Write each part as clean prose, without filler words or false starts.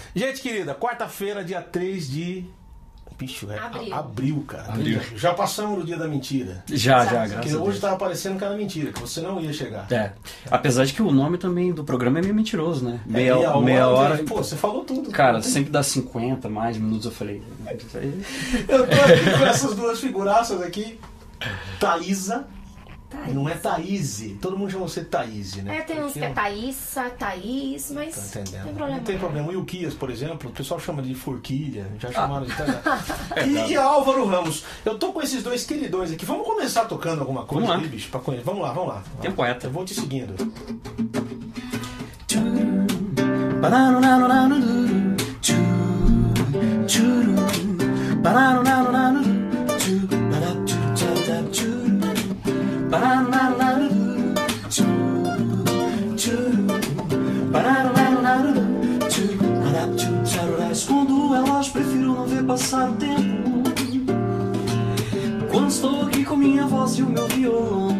Gente querida, quarta-feira, dia 3 de... Bicho, abril, cara. Abril. Já passamos do dia da mentira. Já, graças a Deus. Hoje tava parecendo que era mentira, que você não ia chegar. Apesar de que o nome também do programa é meio mentiroso, né? Meia hora. Pô, você falou tudo. Cara, sempre dá 50 mais minutos, eu falei... Eu tô aqui com essas duas figuraças aqui. Thaísa. Não é Thaíse. Todo mundo chama você de Thaíse, né? Tem uns que é Thaísa, Thaís, mas tá entendendo. Não tem problema. Não tem problema. O Ilquias, por exemplo, o pessoal chama de Forquilha. Já chamaram de E Álvaro Ramos. Eu tô com esses dois queridões aqui. Vamos começar tocando alguma coisa aí, bicho? Pra conhecer. Vamos lá. Tem poeta. Eu vou te seguindo. Escondo o relógio, prefiro não ver passar o tempo. Quando estou aqui com minha voz e o meu violão,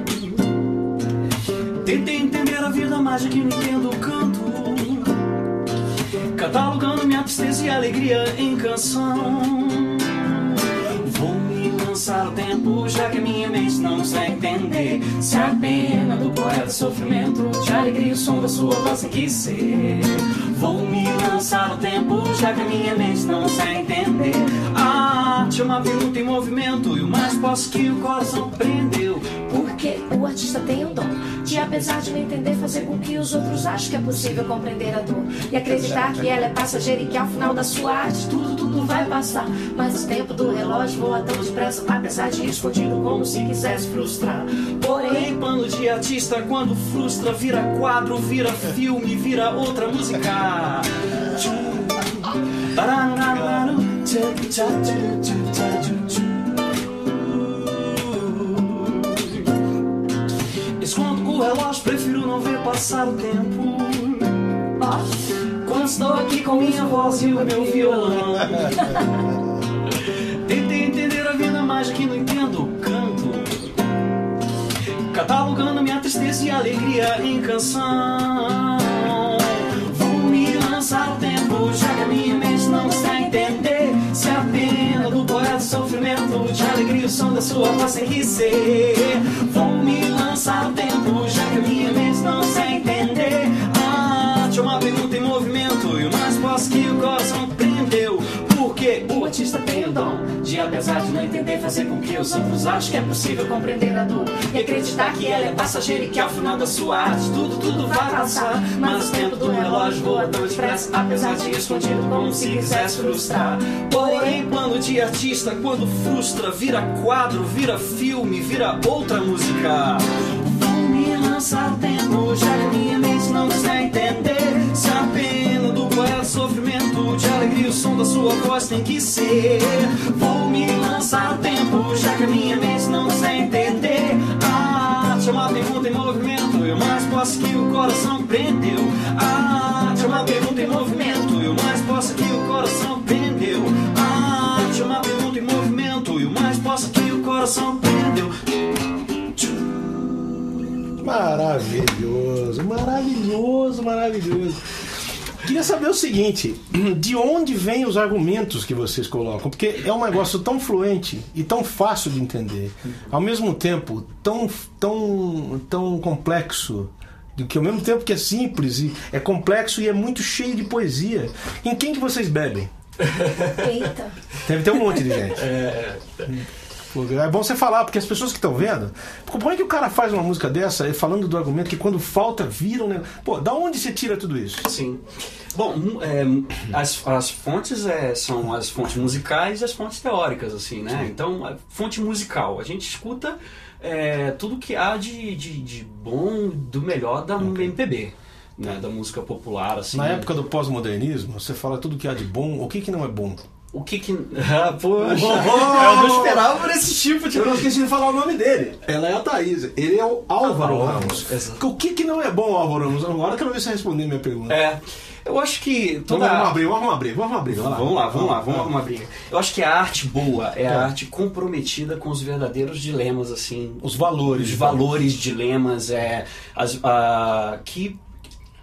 tentei entender a vida, mas aqui não entendo o canto, catalogando minha tristeza e alegria em canção. Vou me lançar o tempo, já que a minha mente não consegue entender se a pena do poeta sofrimento, de alegria o som da sua voz tem que ser. Vou me lançar o tempo, já que a minha mente não consegue entender. A arte é uma pergunta em movimento, e o mais posso que o coração prendeu. Porque o artista tem o dom de, apesar de não entender, fazer com que os outros achem que é possível compreender a dor e acreditar que ela é passageira e que ao final da sua arte tudo vai passar. Mas o tempo do relógio voa tão depressa, apesar de ir escondido como se quisesse frustrar. Porém, plano de artista quando frustra, vira quadro, vira filme, vira outra música. Escondo o relógio, prefiro não ver passar o tempo. Quando estou aqui com minha voz e o meu violão, tentei entender a vida, mas aqui não entendo o canto, catalogando minha tristeza e alegria em canção. Vou me lançar o tempo, já que a minha mente não consegue entender se a pena do poeta sofrimento, de alegria o som da sua voz tem que ser. Vou me lançar o tempo, já que a minha mente não consegue entender. A arte é uma pergunta em movimento, e o mais posso que o coração prendeu. Porque o artista tem o dom de, apesar de não entender, fazer com que os outros achem que é possível compreender a dor e acreditar que ela é passageira e que ao final da sua arte tudo vai passar. Mas o tempo do relógio voa tão depressa, apesar de ir escondido como se quisesse frustrar. Porém, plano de artista quando frustra, vira quadro, vira filme, vira outra música. Vou me lançar o tempo, já que a minha mente não consegue entender se a pena do poeta sofrimento, de alegria o som da sua voz tem que ser. Vou me lançar o tempo, já que a minha mente não consegue entender. A arte é uma pergunta em movimento, e o mais posso que o coração prendeu. A arte é uma pergunta em movimento, e o mais posso que o coração prendeu. A arte é uma pergunta em movimento, e o mais posso que o coração prendeu. Maravilhoso. Queria saber o seguinte, de onde vêm os argumentos que vocês colocam? Porque é um negócio tão fluente e tão fácil de entender, ao mesmo tempo tão complexo, que ao mesmo tempo que é simples, e é complexo e é muito cheio de poesia. Em quem que vocês bebem? Eita. Deve ter um monte de gente. É bom você falar, porque as pessoas que estão vendo, como é que o cara faz uma música dessa falando do argumento que quando falta vira um negócio? Pô, da onde você tira tudo isso? Sim. Bom, as fontes são as fontes musicais e as fontes teóricas, assim, né? Sim. Então, a fonte musical, a gente escuta tudo que há de bom, do melhor da MPB. Né, da música popular, assim. Na época do pós-modernismo, você fala tudo que há de bom, o que não é bom? O que que... Poxa, eu não esperava por esse tipo de... Eu não esqueci de falar o nome dele. Ela é a Thaís, ele é o Álvaro Ramos. Exato. O que não é bom, Álvaro Ramos? Agora eu quero ver se você responder a minha pergunta. Eu acho que... Vamos arrumar uma briga. Vamos lá, vamos arrumar uma briga. Eu acho que a arte boa é a arte comprometida com os verdadeiros dilemas, assim... Os valores. Os valores, dilemas,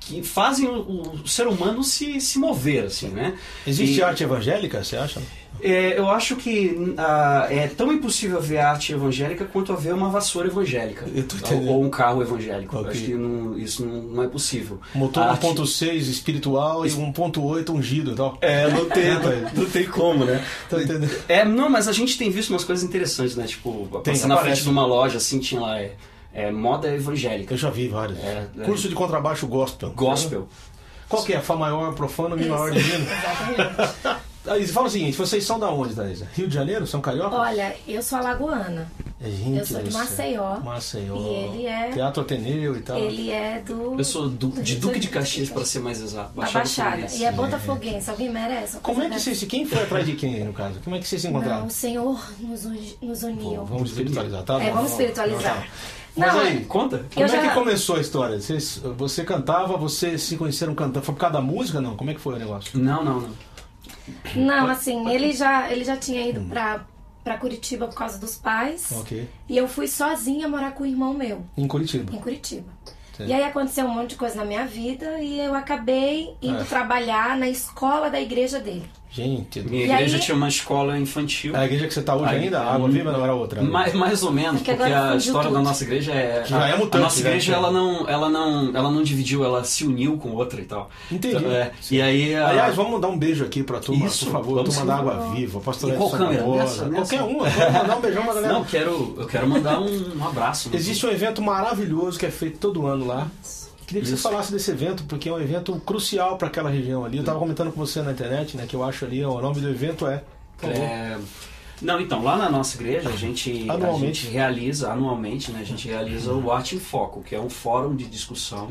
que fazem o ser humano se mover, assim, né? Existe arte evangélica, você acha? Eu acho que é tão impossível ver arte evangélica quanto ver uma vassoura evangélica ou um carro evangélico. Okay. Acho que isso não é possível. Motor 1.6 espiritual e 1.8 ungido e tal. Não tem como, né? Tô entendendo. Não, mas a gente tem visto umas coisas interessantes, né? Tipo, passando na frente de uma loja, assim, tinha lá moda evangélica. Eu já vi vários. Curso de contrabaixo gospel. Gospel. Qual que é? Fá maior, profano, Mi maior, divino? Exatamente. Aí, fala o seguinte, vocês são da onde, Thaisa? Rio de Janeiro? São carioca? Olha, eu sou alagoana. Gente, Eu sou de Maceió. Maceió. E ele é... Teatro Ateneu e tal. Ele é do... Eu sou de Duque de Caxias, para ser mais exato. Da Baixada. E é botafoguense. Alguém merece? Como é que vocês... Quem foi atrás de quem, no caso? Como é que vocês se encontraram? Não, o Senhor nos uniu. Vamos espiritualizar, tá? Vamos espiritualizar. Mas Não, aí, conta. Como é que começou a história? Você cantava, vocês se conheceram cantando. Foi por causa da música, não? Como é que foi o negócio? Não. Não, assim, ele já tinha ido pra Curitiba por causa dos pais. Ok. E eu fui sozinha morar com o irmão meu. Em Curitiba? Em Curitiba. Sim. E aí aconteceu um monte de coisa na minha vida e eu acabei indo trabalhar na escola da igreja dele. Gente, minha igreja tinha uma escola infantil. A igreja que você está hoje ainda? A Água Viva não era outra? Mais ou menos, porque a história da nossa igreja já é mutante. A nossa igreja ela não dividiu, ela se uniu com outra e tal. Entendi. Então, e aí, aliás, vamos dar um beijo aqui pra turma, isso, por favor. Turma da Água Viva, Pastor Edson Barbosa. Qualquer uma, vamos mandar um beijão pra galera. Não, eu quero mandar um abraço. Existe um evento maravilhoso que é feito todo ano lá. Queria que você falasse desse evento, porque é um evento crucial para aquela região ali. Eu estava comentando com você na internet, né, que eu acho ali, o nome do evento Não, então, lá na nossa igreja a gente realiza anualmente, né, a gente realiza o Arte em Foco, que é um fórum de discussão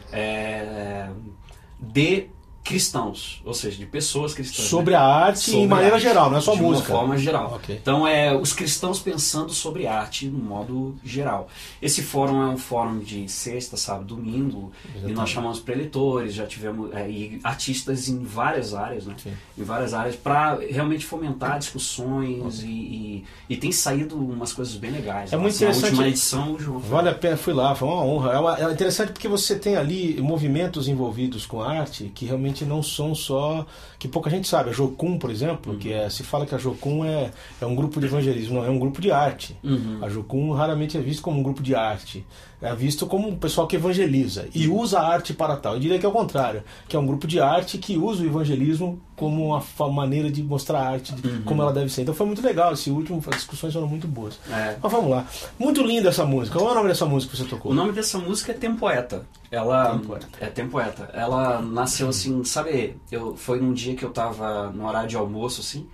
de cristãos, ou seja, de pessoas cristãs. Sobre a arte em maneira geral, não é só música. De uma forma geral. Okay. Então, os cristãos pensando sobre arte no modo geral. Esse fórum é um fórum de sexta, sábado, domingo, e nós chamamos preletores, já tivemos e artistas em várias áreas, né? Sim. Em várias áreas, para realmente fomentar discussões e tem saído umas coisas bem legais. É muito interessante. A última edição, João. Vale a pena, fui lá, foi uma honra. É interessante porque você tem ali movimentos envolvidos com arte que realmente não são só, que pouca gente sabe. A Jocum, por exemplo, que se fala que a Jocum é um grupo de evangelismo, não, é um grupo de arte. A Jocum raramente é visto como um grupo de arte, é visto como um pessoal que evangeliza e usa a arte para tal. Eu diria que é o contrário, que é um grupo de arte que usa o evangelismo como uma maneira de mostrar a arte como ela deve ser. Então foi muito legal esse último, as discussões foram muito boas. Mas vamos lá, muito linda essa música. Qual é o nome dessa música que você tocou? O nome dessa música é Tempoeta. Tempoeta. Ela nasceu assim, sabe, foi num dia que eu tava no horário de almoço, assim,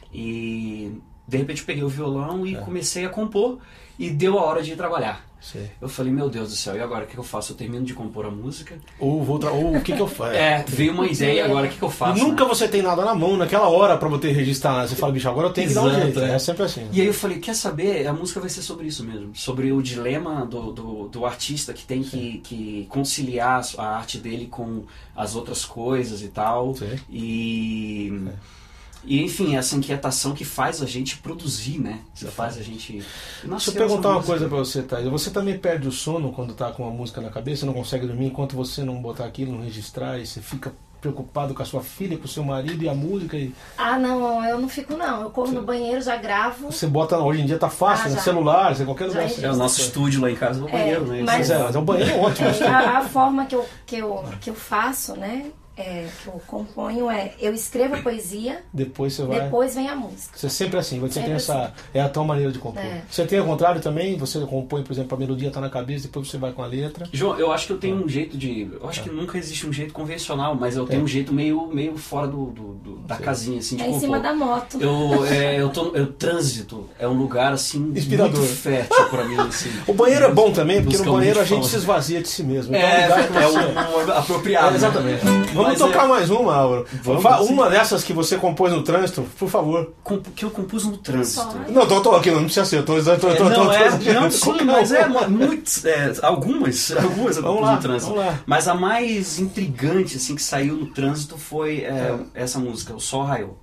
e de repente eu peguei o violão e comecei a compor, e deu a hora de ir trabalhar. Sim. Eu falei, meu Deus do céu, e agora o que eu faço? Eu termino de compor a música? Ou o que eu faço? Veio uma ideia, agora o que eu faço? E nunca você tem nada na mão naquela hora pra poder registrar. Você fala, bicho, agora eu tenho que dar um jeito. É sempre assim. E aí eu falei, quer saber? A música vai ser sobre isso mesmo. Sobre o dilema do artista que tem que conciliar a arte dele com as outras coisas e tal. Sim. E, enfim, essa inquietação que faz a gente produzir, né? Que faz a gente... Deixa eu perguntar uma coisa pra você, Thaisa. Você também perde o sono quando tá com uma música na cabeça? Não consegue dormir enquanto você não botar aquilo, não registrar? E você fica preocupado com a sua filha, com o seu marido e a música? Não, eu não fico não. Eu corro no banheiro, já gravo. Você bota, hoje em dia tá fácil, né? Celular, você qualquer lugar. O nosso estúdio lá em casa é o banheiro, né? Mas o banheiro é ótimo. A forma que eu faço, né? Que eu componho eu escrevo a poesia, depois vem a música. Você sempre assim, você sempre tem essa assim. É a tua maneira de compor. Você tem ao contrário também? Você compõe, por exemplo, a melodia tá na cabeça, depois você vai com a letra? João, eu acho que eu tenho um jeito de... Eu acho que nunca existe um jeito convencional, mas eu tenho um jeito meio fora da casinha, assim, de compor. Em cima da moto. Eu trânsito é um lugar, assim, inspirador, muito fértil pra mim, assim. O banheiro é bom também, porque no banheiro a gente se esvazia de si mesmo. Então é um apropriado. Exatamente. Vamos tocar mais uma, Álvaro. Uma dessas que você compôs no trânsito, por favor. Que eu compus no trânsito. Não, tô aqui, não precisa ser. Algumas eu compus no trânsito. Vamos lá. Mas a mais intrigante, assim, que saiu no trânsito foi essa música, O Sol Raiou.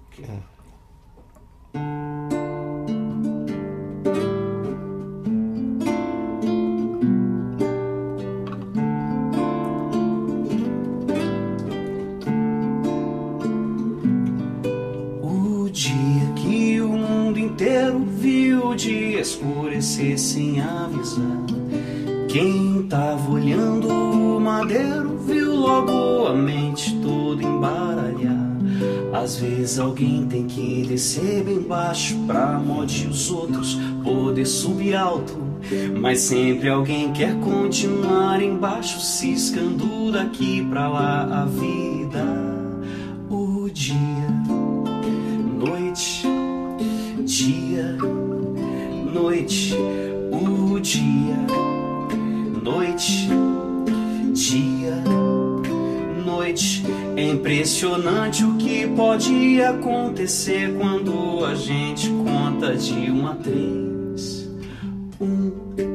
dia que o mundo inteiro viu o dia escurecer sem avisar, quem tava olhando o madeiro viu logo a mente toda embaralhar. Às vezes alguém tem que descer bem baixo pra mode os outros poder subir alto, mas sempre alguém quer continuar embaixo, ciscando daqui pra lá a vida. O dia, noite, dia, noite, o dia, noite, dia, noite. É impressionante o que pode acontecer quando a gente conta de 1 a 3. 1,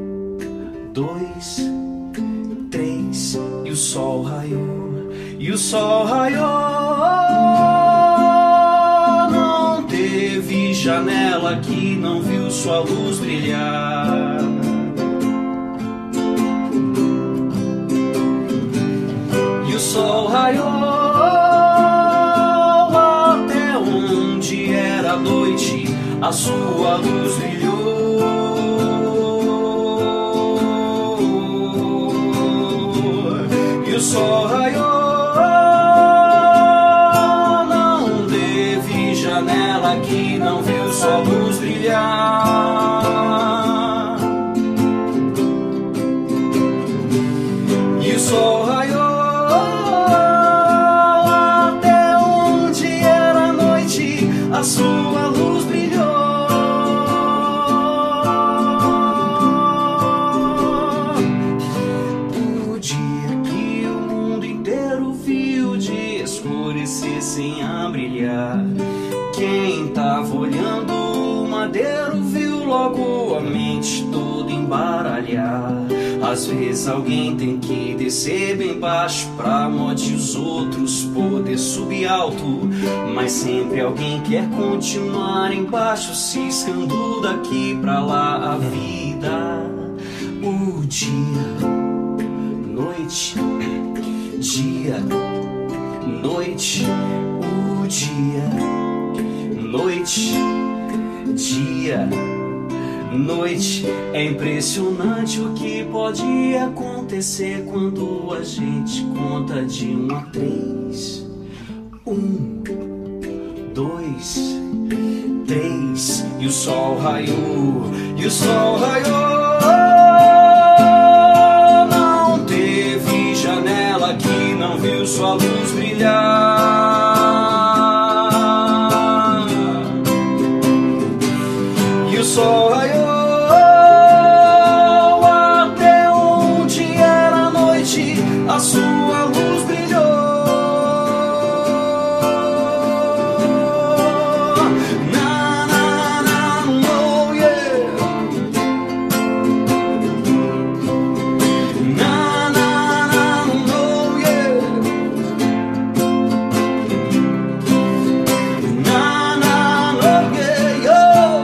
2, 3. E o sol raiou, e o sol raiou. Não teve janela que não viu sua luz brilhar. E o sol raiou até onde era noite, a sua luz brilhou. E o sol raiou, não teve janela que não viu sua luz brilhar. E o sol raiou até onde era noite, a sua luz brilhou. O dia que o mundo inteiro viu o dia escurecer sem a brilhar, quem tava olhando o madeiro viu logo a mente toda embaralhar. Às vezes alguém tem que descer bem baixo pra mode os outros poder subir alto, mas sempre alguém quer continuar embaixo, ciscando daqui pra lá a vida. O dia, noite, dia, noite, o dia, noite, dia, noite. É impressionante o que pode acontecer quando a gente conta de 1 a 3. 1, 2, 3. E o sol raiou, e o sol raiou. Não teve janela que não viu sua luz brilhar. E o sol raiou até onde era noite, a sua luz brilhou. Na, na, na, oh yeah. Na, na, na, oh yeah. Na, na, oh yeah, yo.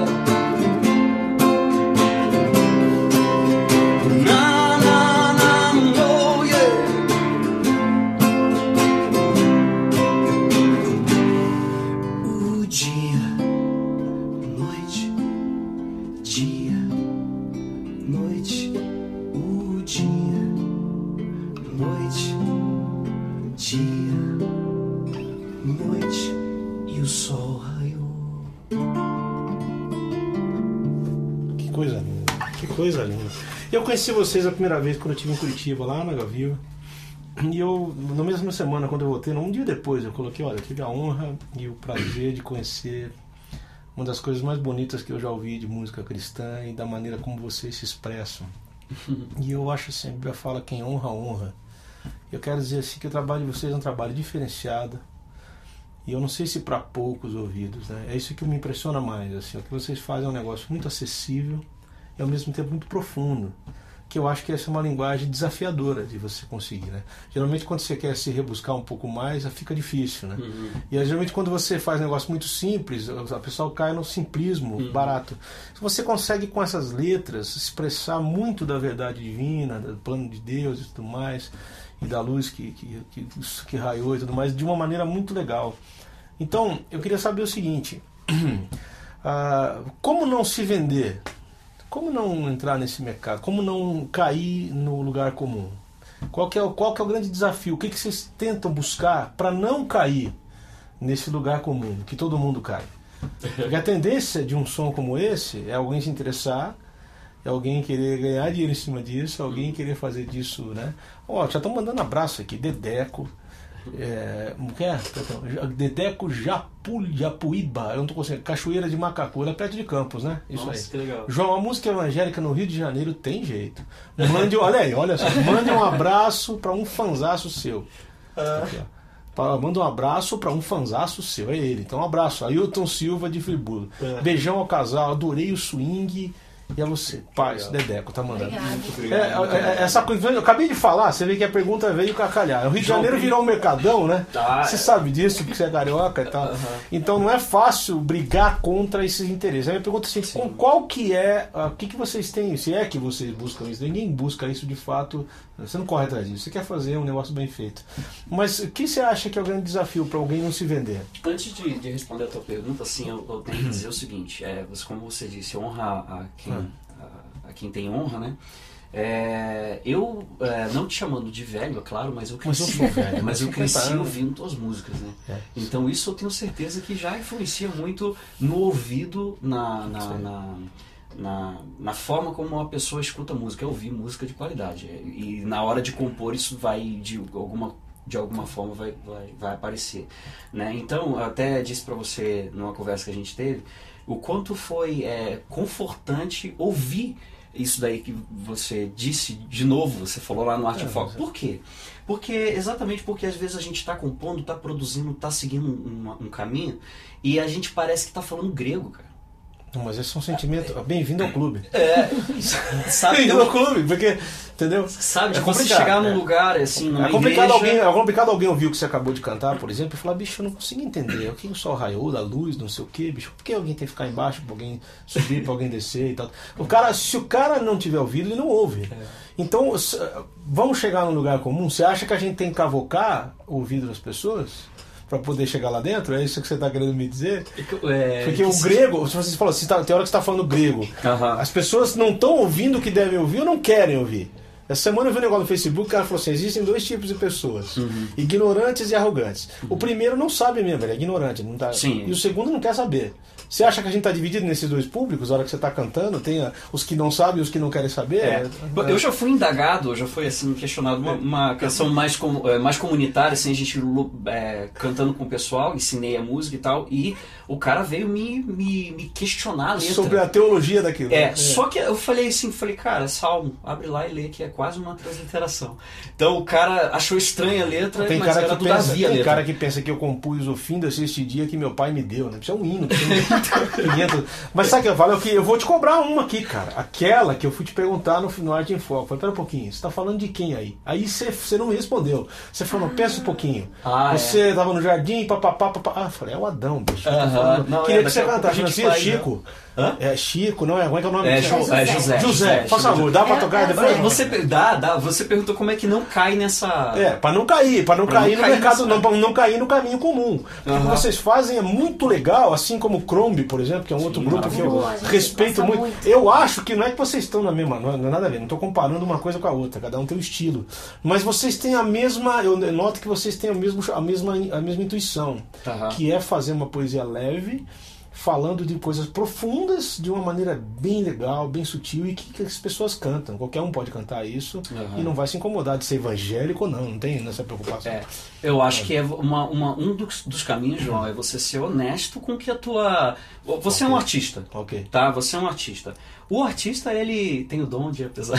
Na, na, na, oh yeah. O dia, noite, dia, noite, o dia, noite, dia, noite, e o sol raiou. Que coisa linda, que coisa linda. Eu conheci vocês a primeira vez quando eu estive em Curitiba, lá na Gavio. E eu, na mesma semana, quando eu voltei, um dia depois, eu coloquei, olha, eu tive a honra e o prazer de conhecer uma das coisas mais bonitas que eu já ouvi de música cristã e da maneira como vocês se expressam. E eu acho assim, a Bíblia fala quem honra, honra. Eu quero dizer assim que o trabalho de vocês é um trabalho diferenciado. E eu não sei se para poucos ouvidos, né? É isso que me impressiona mais, assim, o que vocês fazem é um negócio muito acessível e ao mesmo tempo muito profundo, que eu acho que essa é uma linguagem desafiadora de você conseguir, né? Geralmente quando você quer se rebuscar um pouco mais, fica difícil, né? E geralmente quando você faz um negócio muito simples, a pessoa cai no simplismo barato. Se você consegue com essas letras expressar muito da verdade divina, do plano de Deus e tudo mais, e da luz que raiou e tudo mais, de uma maneira muito legal. Então, eu queria saber o seguinte, Como não se vender? Como não entrar nesse mercado? Como não cair no lugar comum? Qual que é o grande desafio? O que vocês tentam buscar para não cair nesse lugar comum, que todo mundo cai? Porque a tendência de um som como esse é alguém se interessar, é alguém querer ganhar dinheiro em cima disso, é alguém querer fazer disso, né? Já estão mandando abraço aqui, Dedeco. Dedeco Japuíba, eu não tô conseguindo. Cachoeira de Macacu, ela é perto de Campos, né? Isso. Nossa, aí. Que legal. João, a música evangélica no Rio de Janeiro tem jeito. Olha só, mande um abraço para um fanzaço seu. Aqui, manda um abraço para um fanzaço seu, é ele. Então um abraço, Ailton Silva de Friburgo. Beijão ao casal, adorei o swing. E a você, paz, Dedeco, tá mandando. Essa coisa, eu acabei de falar, você vê que a pergunta veio calhar. O Rio de Janeiro virou um mercadão, né? Você sabe disso, porque você é carioca e tal. Então não é fácil brigar contra esses interesses. Aí eu pergunto assim, qual que é, o que vocês têm, se é que vocês buscam isso? Ninguém busca isso de fato, você não corre atrás disso, você quer fazer um negócio bem feito. Mas o que você acha que é o grande desafio para alguém não se vender? Antes de responder a tua pergunta, assim, eu tenho que dizer o seguinte, como você disse, honra a quem tem honra, né? Eu, não te chamando de velho, é claro, mas eu cresci, mas eu sou velho, mas eu cresci ouvindo tuas músicas, né? Então isso eu tenho certeza que já influencia muito no ouvido, na forma como uma pessoa escuta música, é ouvir música de qualidade. E na hora de compor isso vai de alguma forma vai aparecer, né? Então eu até disse para você numa conversa que a gente teve o quanto foi confortante ouvir isso daí que você disse de novo, você falou lá no Arte em Foco. Por quê? Exatamente porque às vezes a gente está compondo, está produzindo, está seguindo um caminho e a gente parece que está falando grego, cara. Mas esse é um sentimento. Bem-vindo ao clube. Sabe? Bem-vindo ao clube, porque, entendeu? Sabe, você chegar num lugar assim, numa complicado igreja... É complicado alguém ouvir o que você acabou de cantar, por exemplo, e falar, bicho, eu não consigo entender. O que o sol raiou, da luz, não sei o que, bicho. Por que alguém tem que ficar embaixo, pra alguém subir, pra alguém descer e tal? Se o cara não tiver ouvido, ele não ouve. Então, vamos chegar num lugar comum? Você acha que a gente tem que cavocar o ouvido das pessoas? Para poder chegar lá dentro? É isso que você está querendo me dizer? Porque o grego, se você falou, tem hora que você está falando grego, as pessoas não estão ouvindo o que devem ouvir ou não querem ouvir. Essa semana eu vi um negócio no Facebook, o cara falou assim, existem dois tipos de pessoas, ignorantes e arrogantes. O primeiro não sabe mesmo, ele é ignorante, não tá, e o segundo não quer saber. Você acha que a gente está dividido nesses dois públicos? Na hora que você está cantando, tem os que não sabem e os que não querem saber? Eu já fui indagado, eu já fui assim, questionado. Uma canção mais comunitária, assim, a gente cantando com o pessoal, ensinei a música e tal, e o cara veio me questionar a letra. Sobre a teologia daquilo. Só que eu falei assim, cara, Salmo, abre lá e lê, que é quase uma transliteração. Então o cara achou estranha a letra, tem mas cara era que do Davi a letra. Tem cara que pensa que eu compus o fim deste dia que meu pai me deu, né? Isso é um hino. Mas sabe o que eu falo? Eu vou te cobrar uma aqui, cara. Aquela que eu fui te perguntar no Arte em Foco. Falei, pera um pouquinho, você tá falando de quem aí? Aí você não me respondeu. Você falou, pensa um pouquinho. Você tava no jardim, papapá. Falei, é o Adão, bicho. Queria que você cantasse. É Chico. É Chico, não é? Como é que é o nome? José. Por favor, dá pra tocar depois? Você perguntou como é que não cai nessa... pra não cair no mercado, não cair no caminho comum. O que vocês fazem é muito legal, assim como o Crombie, por exemplo, que é um outro grupo que eu respeito muito. Eu acho que não é que vocês estão na mesma, não é nada a ver, não estou comparando uma coisa com a outra, cada um tem um estilo. Mas vocês têm a mesma, eu noto que vocês têm a mesma intuição, que é fazer uma poesia leve, falando de coisas profundas de uma maneira bem legal, bem sutil e que as pessoas cantam. Qualquer um pode cantar isso e não vai se incomodar de ser evangélico ou não tem essa preocupação. Eu acho que é um dos caminhos, João, é você ser honesto com que a tua... Você é um artista, tá? Você é um artista. O artista, ele tem o dom de, apesar...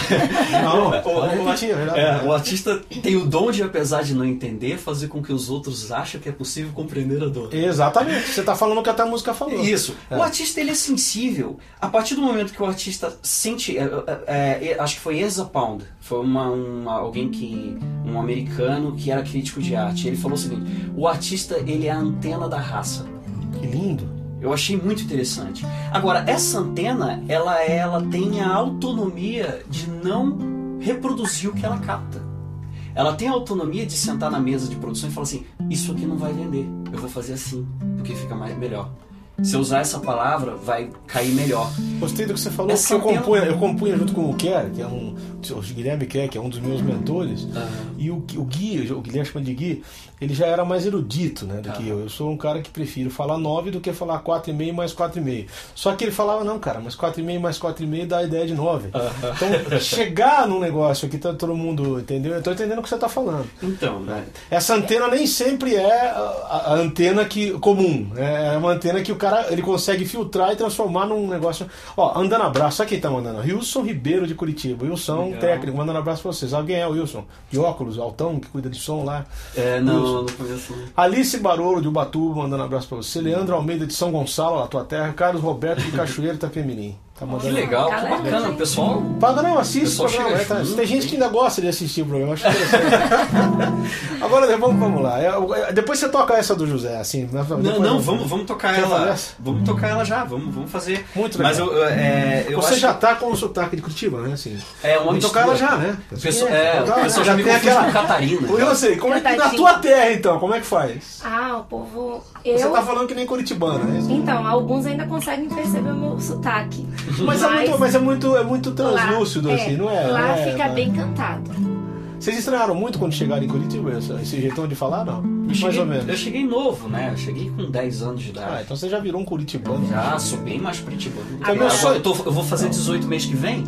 O artista tem o dom de, apesar de não entender, fazer com que os outros achem que é possível compreender a dor. Exatamente. Você está falando o que até a música falou. Isso. O artista, ele é sensível. A partir do momento que o artista sente... acho que foi Ezra Pound. Foi alguém um americano que era crítico de arte. Ele falou o seguinte, o artista, ele é a antena da raça. Que lindo. Eu achei muito interessante. Agora, essa antena, ela tem a autonomia de não reproduzir o que ela capta. Ela tem a autonomia de sentar na mesa de produção e falar assim, isso aqui não vai vender, eu vou fazer assim, porque fica melhor. Se eu usar essa palavra, vai cair melhor. Gostei do que você falou, Essa porque antena- eu compunha junto com o Kerr, que é o Guilherme Kerr, que é um dos meus mentores, e o Gui, o Guilherme chama de Gui, ele já era mais erudito, né, do que eu. Eu sou um cara que prefiro falar 9 do que falar 4,5 mais 4,5. Só que ele falava, não, cara, mas 4,5 mais 4,5 dá a ideia de 9. Então, chegar num negócio que tá todo mundo, entendeu? Eu tô entendendo o que você tá falando. Então, né? Essa antena nem sempre é a antena comum. É uma antena que o cara ele consegue filtrar e transformar num negócio. Ó, mandando abraço. Sabe quem tá mandando? Wilson Ribeiro de Curitiba. Wilson, Legal. técnico, mandando abraço pra vocês. Sabe quem é o Wilson? De óculos, altão, que cuida de som lá. Não conheço. Alice Barolo de Ubatuba, mandando abraço pra você. Leandro Almeida de São Gonçalo, na tua terra. Carlos Roberto de Cachoeiro, Itapemirim. Tá Que mandando. legal, que Galera, bacana, gente. pessoal. Paga não, assiste o Pessoal programa. chega junto, Tem gente que ainda gosta de assistir o programa, acho interessante. Agora vamos lá. Depois você toca essa do José, assim. Vamos tocar Quer fazer ela. essa? Vamos tocar ela já, vamos fazer. Muito Mas legal. eu Você acho já tá com o sotaque de Curitiba, né? Assim. É uma Vamos tocar ela mistura. já, né? O pessoal já me tem confunde com Catarina. Eu não sei, como é que na Cantadinho. tua terra então, como é que faz? Ah, o povo. Você tá falando que nem curitibana, né? Então, alguns ainda conseguem perceber o meu sotaque. Mas é muito translúcido, lá, assim, não é? Lá não é, fica né? bem cantado. Vocês estranharam muito quando chegaram em Curitiba, esse jeitão de falar, não? Mais ou menos. Eu cheguei novo, né? Eu cheguei com 10 anos de idade. Ah, então você já virou um curitibano. Já, sou bem mais curitibano. Agora- Eu vou fazer 18 mês que vem.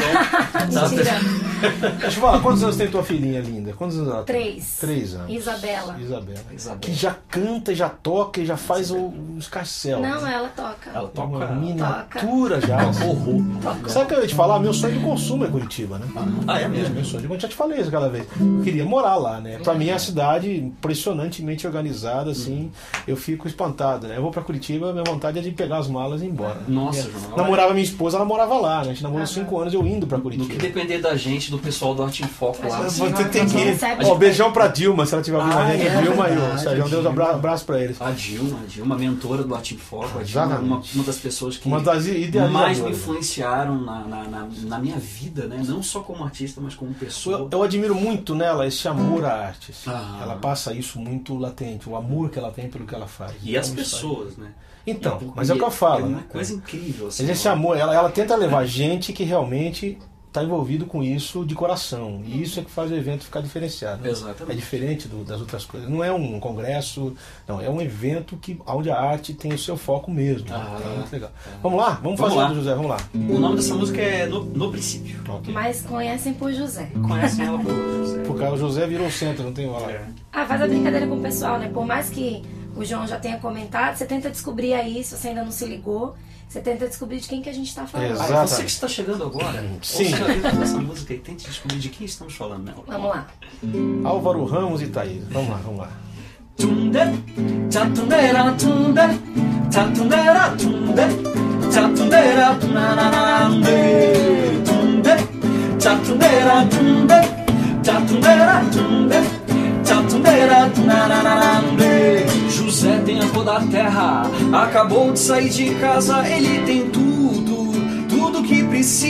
Então, Mentira. Deixa eu falar, quantos anos tem tua filhinha linda? Quantos anos ela tem? 3. 3 anos. Isabela. Isabela. Que já canta, já toca e já faz o escarcel. Não, ela toca. ela É uma toca. miniatura já. Horror. Sabe o que eu ia te falar? Meu sonho de consumo é Curitiba, né? Ah, é mesmo? Meu sonho de consumo. Já te falei isso aquela vez. Eu queria morar lá, né? Pra mim é a cidade impressionantemente organizada, assim. Eu fico espantado, né? Eu vou pra Curitiba, minha vontade é de pegar as malas e ir embora. Nossa, Minha- João. Namorava minha esposa, ela morava lá, né? A gente namorou 5 anos, eu indo pra No que Curitiba. depender da gente, do pessoal do Arte em Foco lá. Mas Você tem que ir. recebe- Ó, beijão pra Dilma, se ela tiver ouvindo a gente. é Dilma e o verdade, Sérgio, Deus Dilma. abraço pra eles. A Dilma, mentora do Arte em Foco. A Dilma é Exatamente. uma das pessoas que Uma das idealizadoras. mais me influenciaram na minha vida, né? Não só como artista, mas como pessoa. Eu admiro muito nela esse amor à arte. Assim. Ah. Ela passa isso muito latente, o amor que ela tem pelo que ela faz. E as Então, isso pessoas, né? Então, E- mas é o que eu falo, É uma né? coisa incrível, assim. Mas esse amor, ela tenta levar gente que realmente está envolvido com isso de coração. E isso é que faz o evento ficar diferenciado. Né? Exatamente. É diferente das outras coisas. Não é um congresso, não. É um evento onde a arte tem o seu foco mesmo. Ah, Então é muito legal. Vamos lá? Vamos Vamos fazer lá. do José, vamos lá. O nome dessa música é No Princípio. Ok. Mas conhecem por José. Conhecem ela por José. Porque o José virou o centro, não tem lá. É. Ah, faz a brincadeira com o pessoal, né? Por mais que o João já tenha comentado, você tenta descobrir aí, se você ainda não se ligou, você tenta descobrir de quem que a gente tá falando. Exato. Ah, você que está chegando agora, Sim. ouça a letra dessa música e tente descobrir de quem estamos falando, né? Vamos lá. Álvaro Ramos e Thaís. Vamos lá, vamos lá. Tunde, tatundera, tunde, tatundera, tunde, tatundera, tunanande, tunde, tatundera, tunde, tatundera, tunde, tatundera, tunanande. José tem a cor da terra, acabou de sair de casa, ele tem tudo que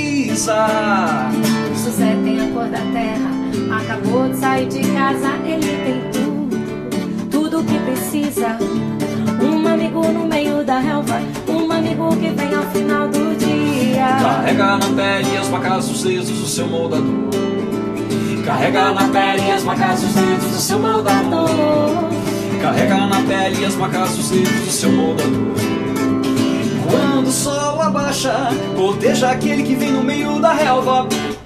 precisa. José tem a cor da terra, acabou de sair de casa, ele tem tudo que precisa. Um amigo no meio da relva, um amigo que vem ao final do dia. Carrega na pele as marcas dos dedos do seu moldador. Carrega na pele as marcas dos dedos do seu moldador. Carrega na pele as marcas dos dedos do seu moldador. Quando o sol abaixa, proteja aquele que vem no meio da relva.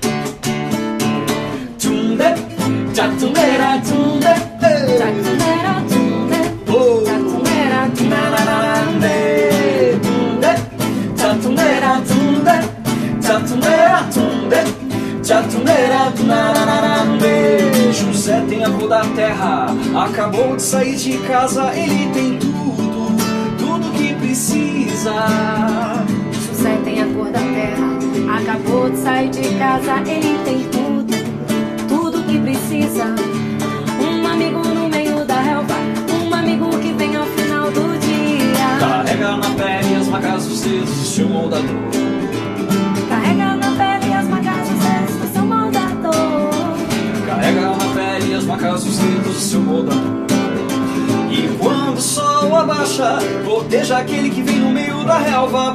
Tunde, tatundera, tunde, Tatundera, tunde, oh. tatundera, Tunarararande, tunde, tatundera, tunde, tatundera, tunde, tatundera, tunarararande. José tem a cor da terra, acabou de sair de casa, ele tem tudo que precisa. José tem a cor da terra, acabou de sair de casa, ele tem tudo que precisa. Um amigo no meio da relva, um amigo que vem ao final do dia. Carrega na pele as marcas dos dedos do seu moldador. Carrega na pele as marcas dos dedos do seu moldador. Carrega na pele as marcas dos dedos do seu moldador. E quando o sol não abaixa, proteja aquele que vem no meio da relva.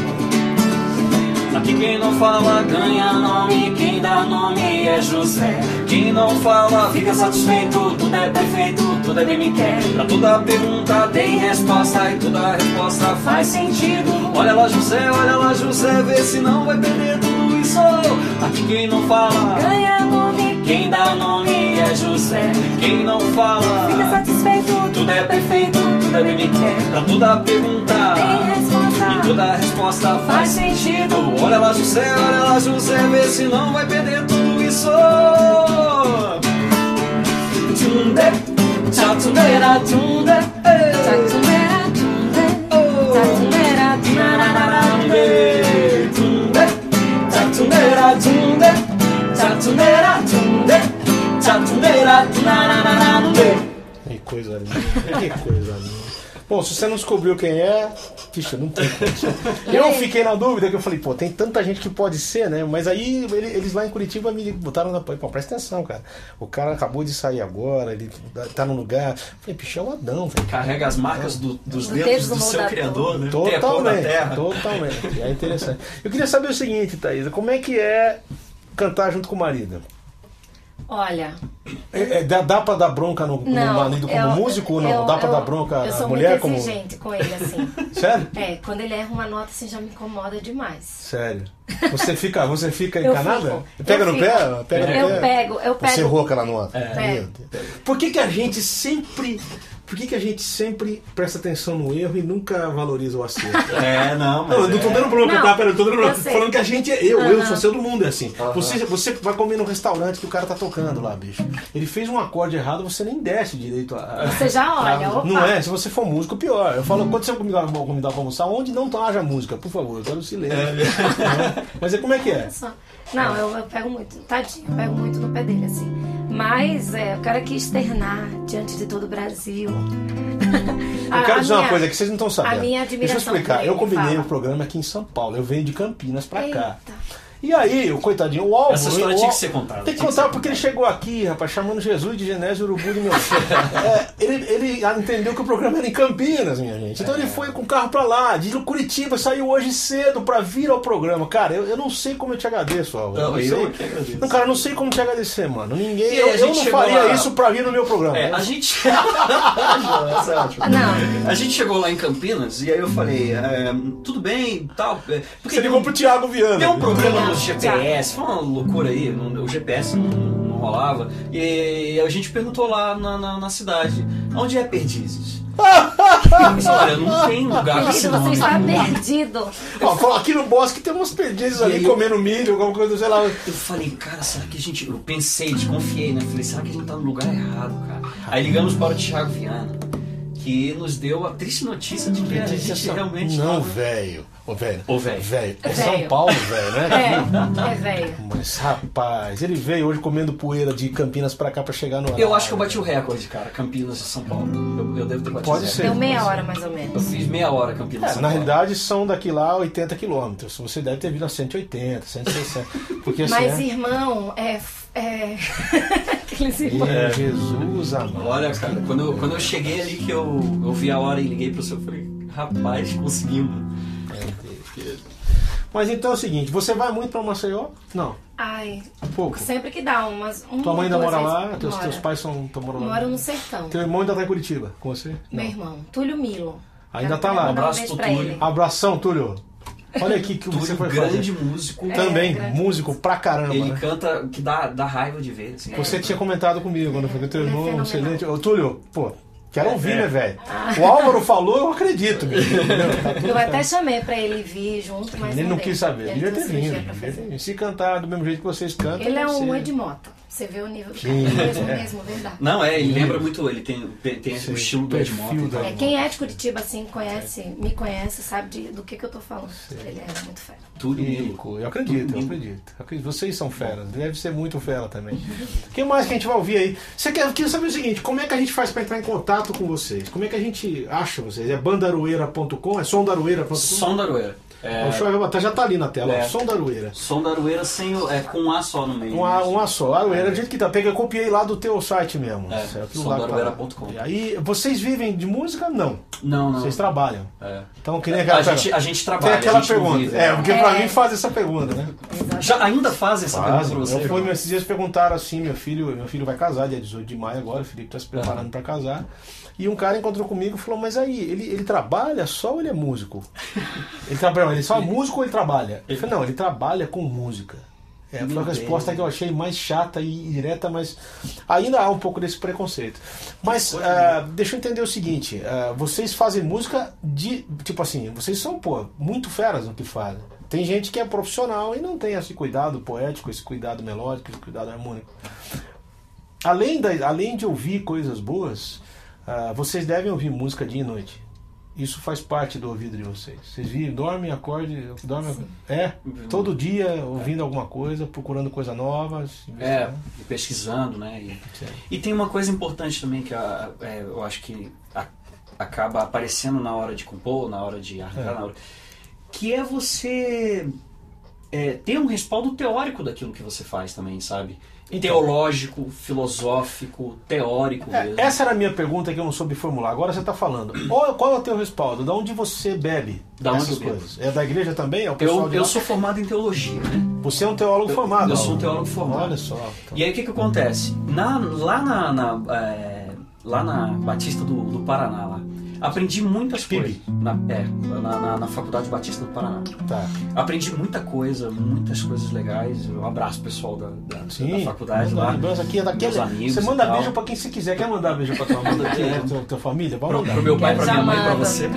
Aqui quem não fala ganha nome, quem dá nome é José. Quem não fala fica satisfeito, tudo é perfeito, tudo é bem me quer. Pra toda pergunta tem resposta e toda resposta faz sentido. Olha lá José, vê se não vai perder tudo isso. Aqui quem não fala Ganha nome, quem dá nome é José. Quem não fala fica satisfeito, tudo é perfeito, tudo é bem me quer. Pra toda pergunta tem resposta e toda resposta faz sentido. Olha lá José, vê se não vai perder tudo isso. Tunde, tchatunera, tunde, Tatumera, tunde, tatumera, tunde, tunde, tchatunera, tunde, tchatunera, tunde, tchatunera, tunde. Que coisa linda, que coisa linda. Bom, se você não descobriu quem é, ficha, não tem como. Eu fiquei na dúvida, que eu falei, pô, tem tanta gente que pode ser, né? Mas aí eles lá em Curitiba me botaram na... Pô, presta atenção, cara. O cara acabou de sair agora, ele tá num lugar... Eu falei, bicho, é o Adão, velho. Carrega as marcas dos Dedos dedos do do seu moldador. criador, né? Tem a cor da Totalmente, terra. totalmente. É interessante. Eu queria saber o seguinte, Thaisa, como é que é cantar junto com o marido? Olha, Dá pra dar bronca no marido como músico ou não? Dá pra dar bronca eu na sou mulher muito como... exigente com ele, assim. Sério? Quando ele erra uma nota, assim, já me incomoda demais. Sério. Você fica Eu encanada? fico. Pega Eu no fico. pé? Pega no Eu pé? pego. Você errou aquela nota. Pego. Meu Deus. Por que a gente sempre... Por que a gente sempre presta atenção no erro e nunca valoriza o acerto? Não, mas Não, eu não tô dando bronca, Não, tá? Pera, eu tô dando bronca. eu Tô sei. falando que a gente é. Eu sou seu do mundo, é assim. Você vai comer num restaurante que o cara tá tocando lá, bicho. Ele fez um acorde errado, você nem desce direito a. Você já olha, opa. Não é? Se você for músico, pior. Eu falo, quando você convidar pra almoçar, onde não haja música, por favor, eu quero silêncio. Mas como é que é? Não, eu pego muito, tadinho, eu pego muito no pé dele, assim. Mas eu quero aqui externar diante de todo o Brasil. Eu quero dizer uma coisa que vocês não estão sabendo. A minha Deixa eu admiração explicar. por Eu ele, combinei fala. o programa aqui em São Paulo. Eu venho de Campinas pra cá. Eita. E aí, o coitadinho, o Álvaro... Essa história tinha que ser contada. Tem que contar porque ele chegou aqui, rapaz, chamando Jesus de Genésio Urubu de meu filho. Ele entendeu que o programa era em Campinas, minha gente. Então ele foi com o carro pra lá, de Curitiba, saiu hoje cedo pra vir ao programa. Cara, eu não sei como eu te agradeço, Álvaro. Não, Eu eu sei. que agradeço. Não, cara, eu não sei como te agradecer, mano. Ninguém... E aí, a Eu gente não chegou faria lá- isso pra vir no meu programa. A gente. Essa é ótima. Não. A gente chegou lá em Campinas e aí eu falei, tudo bem e tal. Porque Você ligou pro Thiago Viana. deu um problema no Não, GPS, foi uma loucura aí, o GPS não rolava. E a gente perguntou lá na cidade, onde é Perdizes? Mas, olha, não tem lugar com esse Querido, você nome. está perdido. Ó, falou, aqui no bosque tem umas perdizes ali aí- comendo milho, alguma coisa, sei lá. Eu falei, cara, será que a gente... Eu pensei, desconfiei, né? Falei, será que a gente tá no lugar errado, cara? Aí ligamos para o Thiago Viana, que nos deu a triste notícia de que a gente realmente Não, tava- velho. Ô, velho. Ô, velho. Velho. É Velho. São Paulo, velho, né? É velho. Mas, rapaz, ele veio hoje comendo poeira de Campinas pra cá pra chegar no horário. Eu acho que eu bati o recorde, cara, Campinas e São Paulo. Eu devo ter batido Pode o ser. recorde. Deu meia hora, mais ou Eu menos. fiz meia hora Campinas e São Na Paulo. realidade, são daqui lá 80 quilômetros. Você deve ter vindo a 180, 160. Porque assim, Mas, irmão, aqueles irmãos. Jesus amado. Olha, cara, quando eu cheguei ali que eu vi a hora e liguei pro seu, eu falei, rapaz, conseguimos. Mas então é o seguinte, você vai muito pra Maceió? Não. Ai, Pouco. sempre que dá umas. Tua mãe ainda duas mora vezes. lá? Teus Mora. pais estão morando lá? Moro no sertão. Teu irmão ainda tá em Curitiba com você? Meu irmão, Túlio Milo. Ainda Quero tá lá. mandar Abraço beijo pro pra Túlio. ele. Abração, Túlio. Olha aqui que você Túlio, foi grande fazer. músico. Também, grande músico pra caramba. Ele né? canta que dá raiva de ver. Assim, Você tinha comentado comigo quando foi que teu Ele é irmão, fenomenal. excelente. Ô, Túlio, pô, quero ouvir, né, velho? O Álvaro falou, eu acredito. Meu. Tá tudo Eu até certo. chamei pra ele vir junto, mas Ele não deu. quis saber. Ele Devia tem ter cirurgia vindo. pra devia ter fazer. vindo. Se cantar do mesmo jeito que vocês cantam. Ele é deve um ser. Edmota. Você vê o nível do Sim, cara. é. Mesmo, verdade. Não, ele lembra muito, ele tem Sim, o estilo do perfil Edmota. da- É, quem é de Curitiba, assim, me conhece, sabe do que eu tô falando. Ele é muito fera. Túlio Milo. Rico. Eu acredito. Vocês são feras. Deve ser muito fera também. O que mais que a gente vai ouvir aí? Eu queria saber o seguinte, como é que a gente faz pra entrar em contato com vocês? Como é que a gente acha vocês? É bandaroeira.com? É sondaroeira.com? Som da Aroeira. Já tá ali na tela. É. Som da Aroeira. Som da Aroeira com um A só no meio. Um A só. Aroeira Era do jeito que tá. Eu copiei lá do teu site mesmo. somdoaruera.com. E aí, vocês vivem de música? Não. Não. Vocês trabalham. É. Então, que nem aquela a gente trabalha. Tem aquela a gente não pergunta. vive, Porque pra mim faz essa pergunta, né? Já ainda faz essa pergunta pra você? Esses dias perguntaram assim, meu filho vai casar, dia 18 de maio agora, o Felipe tá se preparando pra casar. E um cara encontrou comigo e falou, mas aí, ele trabalha só ou ele é músico? Ele só é músico ou ele trabalha? Eu falei, não, ele trabalha com música. Foi a resposta que eu achei mais chata e direta, mas ainda há um pouco desse preconceito. Mas deixa eu entender o seguinte, vocês fazem música tipo assim, vocês são, muito feras no que fazem. Tem gente que é profissional e não tem esse cuidado poético, esse cuidado melódico, esse cuidado harmônico. Além de ouvir coisas boas, vocês devem ouvir música dia e noite. Isso faz parte do ouvido de vocês. Vocês dormem, acordem, todo dia ouvindo alguma coisa, procurando coisa nova. E pesquisando, né? E tem uma coisa importante também que eu acho que acaba aparecendo na hora de compor, na hora de arrancar, que é você ter um respaldo teórico daquilo que você faz também, sabe? Teológico, filosófico, teórico mesmo. Essa era a minha pergunta que eu não soube formular. Agora você está falando. Qual é o teu respaldo? Da onde você bebe essas coisas? É da igreja também? É o pessoal eu sou formado em teologia, né? Você é um teólogo formado? Eu sou um teólogo formado. Olha só. Então. E aí o que acontece? Lá na Batista do Paraná, lá, aprendi muitas coisas. Na Faculdade Batista do Paraná. Tá. Aprendi muitas coisas legais. Eu abraço o pessoal da faculdade lá. Aqui, meus amigos. Você manda beijo pra quem você quiser. Quer mandar beijo pra tua família? Pro meu pai, pra minha mãe, pra você.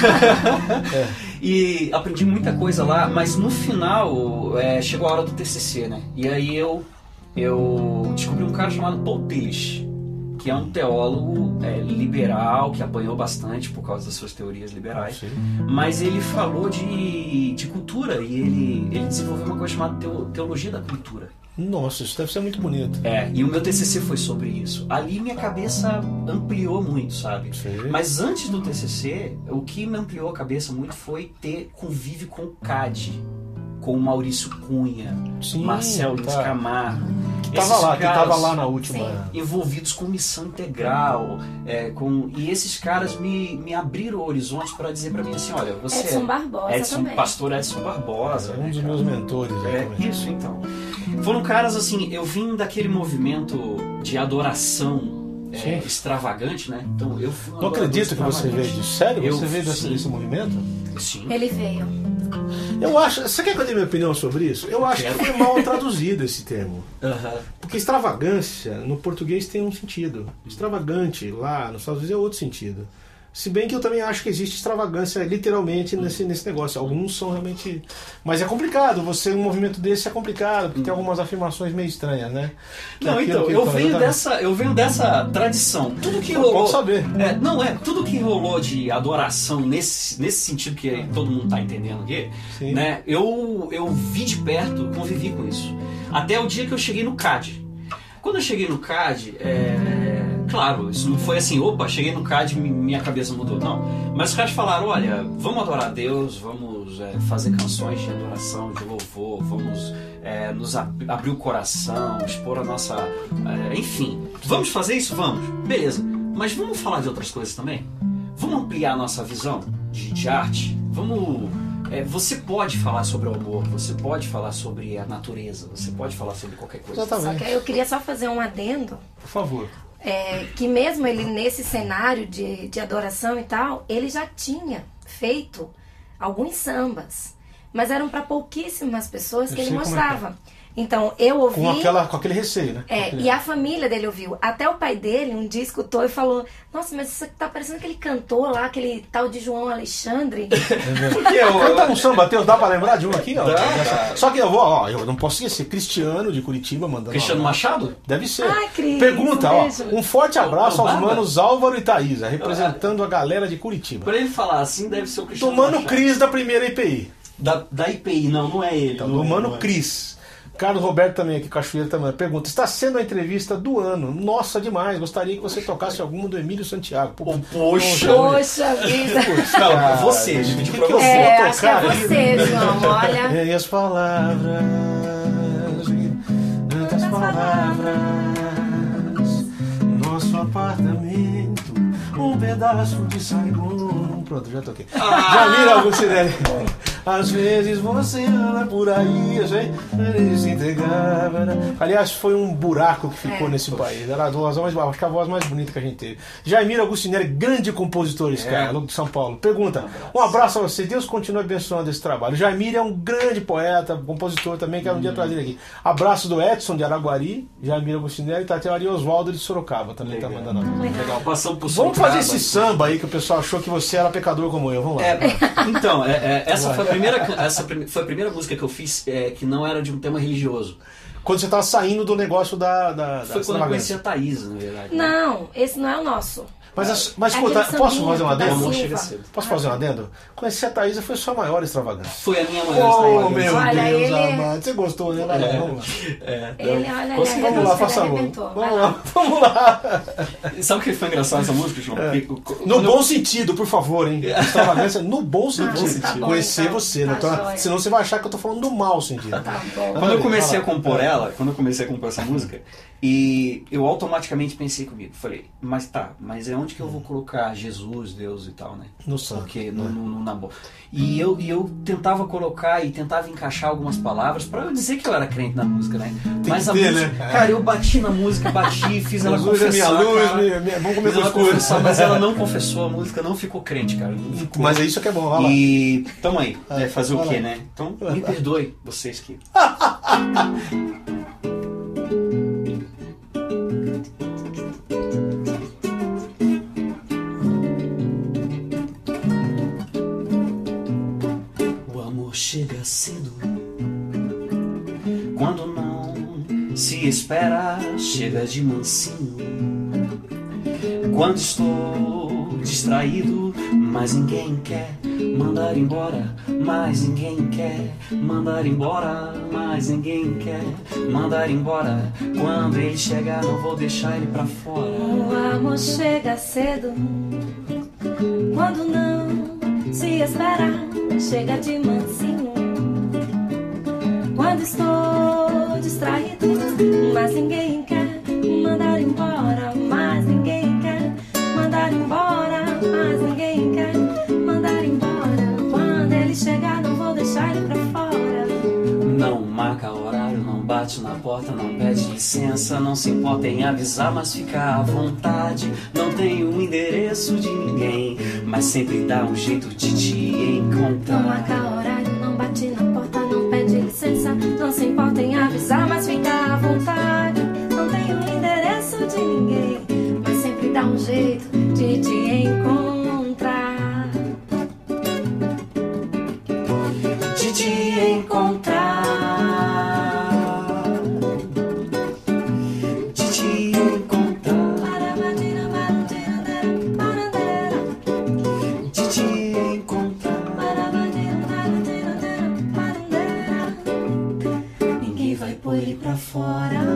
E aprendi muita coisa lá, mas no final chegou a hora do TCC, né? E aí eu descobri um cara chamado Paul Tillich, que é um teólogo liberal, que apanhou bastante por causa das suas teorias liberais, mas ele falou de cultura e ele desenvolveu uma coisa chamada teologia da cultura. Nossa, isso deve ser muito bonito. E o meu TCC foi sobre isso. Ali minha cabeça ampliou muito, sabe? Sim. Mas antes do TCC, o que me ampliou a cabeça muito foi ter convívio com o CAD, com o Maurício Cunha, Marcelo Luiz Camargo. Que tava lá na última. Envolvidos com missão integral. E esses caras me abriram horizontes para dizer para mim assim, olha, você Edson Barbosa também. Pastor Edson Barbosa. Um dos meus mentores. Isso, então. Foram caras assim, eu vim daquele movimento de adoração extravagante, né? Então eu fui não acredito que você veio disso. Sério? Você veio desse movimento? Sim. Ele veio. Eu acho. Você quer que eu dê minha opinião sobre isso? Eu acho que foi mal traduzido esse termo. Porque extravagância no português tem um sentido. Extravagante lá nos Estados Unidos é outro sentido. Se bem que eu também acho que existe extravagância literalmente nesse negócio. Alguns são realmente... Mas é complicado. Um movimento desse é complicado, porque tem algumas afirmações meio estranhas, né? Não, então, eu venho dessa tradição. Tudo que rolou... Pode saber. Tudo que rolou de adoração nesse sentido que todo mundo tá entendendo aqui, né? Eu vi de perto, convivi com isso. Até o dia que eu cheguei no CAD. Quando eu cheguei no CAD, claro, isso não foi assim, cheguei no CAD e minha cabeça mudou, não. Mas os caras falaram, olha, vamos adorar a Deus, vamos fazer canções de adoração, de louvor, vamos nos abrir o coração, expor a nossa... enfim, vamos fazer isso? Vamos. Beleza. Mas vamos falar de outras coisas também? Vamos ampliar a nossa visão de arte? Vamos... você pode falar sobre o amor, você pode falar sobre a natureza, você pode falar sobre qualquer coisa. Exatamente. Só que eu queria só fazer um adendo. Por favor. Que mesmo ele nesse cenário de adoração e tal, ele já tinha feito alguns sambas, mas eram para pouquíssimas pessoas que ele mostrava. Então, eu ouvi... Com aquele receio, né? E a família dele ouviu. Até o pai dele um dia escutou e falou: nossa, mas isso aqui tá parecendo aquele cantor lá, aquele tal de João Alexandre. Canta um samba teu, dá pra lembrar de um aqui? Só que eu não posso esquecer, Cristiano de Curitiba mandando... Cristiano Machado? Deve ser. Ai, Cris, pergunta, um forte abraço aos manos Álvaro e Thaísa, representando a galera de Curitiba. Pra ele falar assim, deve ser o Cristiano Tomando Machado. Cris da primeira IPI. Da IPI, não é ele. Então, Mano Cris. Carlos Roberto também aqui, Cachoeira também, pergunta: está sendo a entrevista do ano? Nossa, demais, gostaria que você tocasse alguma do Emílio Santiago. Poxa vida. Não, você, dividir pra você. Acho que é você, João, olha. E as palavras palavras, nosso apartamento, um pedaço de Saigon. Pronto, já toquei. Jamila Augustinelli. Às vezes você anda por aí, se entregava. Aliás, foi um buraco que ficou nesse país. Era a voz mais, acho que a voz mais bonita que a gente teve. Jaimiro Augustinelli, grande compositor, esse cara, de São Paulo. Pergunta: um abraço a você, Deus continue abençoando esse trabalho. Jaimiro é um grande poeta, compositor também, quero um dia trazer ele aqui. Abraço do Edson de Araguari, Jaimiro Augustinelli, e Tatiana e Oswaldo de Sorocaba também tá mandando. Legal, passamos por Vamos fazer esse samba aí que o pessoal achou que você era pecador como eu. Vamos lá. Então, essa foi a primeira música que eu fiz que não era de um tema religioso. Quando você estava saindo do negócio da foi quando eu conheci a Thaís, na verdade. Não, esse não é o nosso. Mas escuta, posso fazer um adendo? Chega cedo. Posso fazer um adendo? Conhecer a Thaísa foi sua maior extravagância. Foi a minha maior extravagância. extravagância. Meu Olha, Deus ele- amado. Você gostou, né? Vamos lá. Vamos lá, faça favor. Vamos lá. Sabe o que foi engraçado essa música, João? No bom sentido, por favor, hein? Extravagância no bom sentido. tá bom, Conhecer então. você, né? Tá Então, jóia. senão você vai achar que eu tô falando do mau sentido. Tá bom. Quando eu comecei a compor essa música, e eu automaticamente pensei comigo, falei, mas é onde que eu vou colocar Jesus, Deus e tal, né? No santo. Porque na boa. E eu tentava colocar e tentava encaixar algumas palavras pra eu dizer que eu era crente na música, né? Mas a ter, música, né? cara, eu bati na música, fiz ela Jesus é confessar, minha luz, cara. vamos comer Fiz ela com confessar, mas ela não confessou a música, não ficou crente, cara. Não ficou. Mas é isso que é bom, vai lá. E tamo aí, fazer o vai quê, lá. né? Então, me perdoe vocês que... O amor chega cedo, quando não se espera, chega de mansinho. Quando estou distraído, mas ninguém quer mandar embora, mas ninguém quer mandar embora, mas ninguém quer mandar embora. Quando ele chegar, não vou deixar ele pra fora. O amor chega cedo, quando não se espera, chega de mansinho. Quando estou distraído, mas ninguém quer mandar embora, mas ninguém quer mandar embora, mas ninguém quer mandar embora. Quando ele chegar, não vou deixar ele pra fora. Não marca horário, não bate na porta, não pede licença, não se importa em avisar, mas fica à vontade. Não tem o endereço de ninguém, mas sempre dá um jeito de te encontrar. Não marca horário, não bate na porta, não pede licença, não se importa em avisar, mas fica à vontade. Não tem o endereço de ninguém, mas sempre dá um jeito de te encontrar. De te encontrar, de te encontrar, de te encontrar. Ninguém vai pôr ele pra fora.